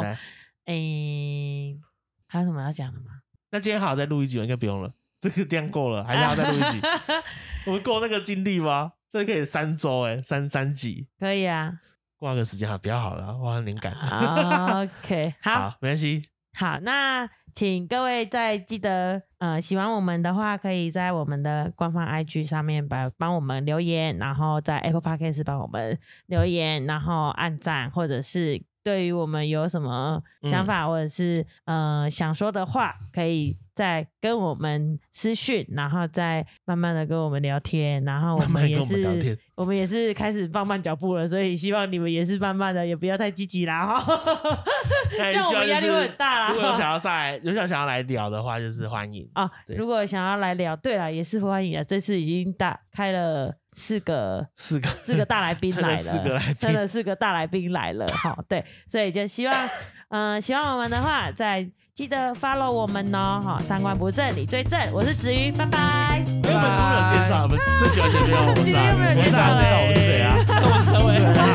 Speaker 1: 还有什么要讲的吗？
Speaker 2: 那今天好再录一集应该不用了，这个量够了，还是要再录一集？我们够那个精力吗？这可以3周3集。
Speaker 1: 可以啊。
Speaker 2: 挂个时间不要好了，我很灵感。
Speaker 1: OK， 好，
Speaker 2: 没关系。
Speaker 1: 好，那请各位再记得，喜欢我们的话，可以在我们的官方 IG 上面帮我们留言，然后在 Apple Podcast 帮我们留言，然后按赞，或者是对于我们有什么想法，或者是想说的话，可以再跟我们私讯，然后再慢慢的跟我们聊天，然后我们也是开始放慢脚步了，所以希望你们也是慢慢的，也不要太积极啦哈。这样我们压力会很大啦。
Speaker 2: 如果有想要来聊的话，就是欢迎
Speaker 1: 啊。如果想要来聊，对啦，也是欢迎的。这次已经开了4个大来宾来了，真的4个大来宾来了哈。对，所以就希望喜欢我们的话，再记得 follow 我们哦。好，三观不正理最正，我是子瑜，拜拜。
Speaker 2: 我们都没有介绍，我们这集完全没有。
Speaker 1: 今天又没有介绍，
Speaker 3: 我是谁啊？我是陈伟。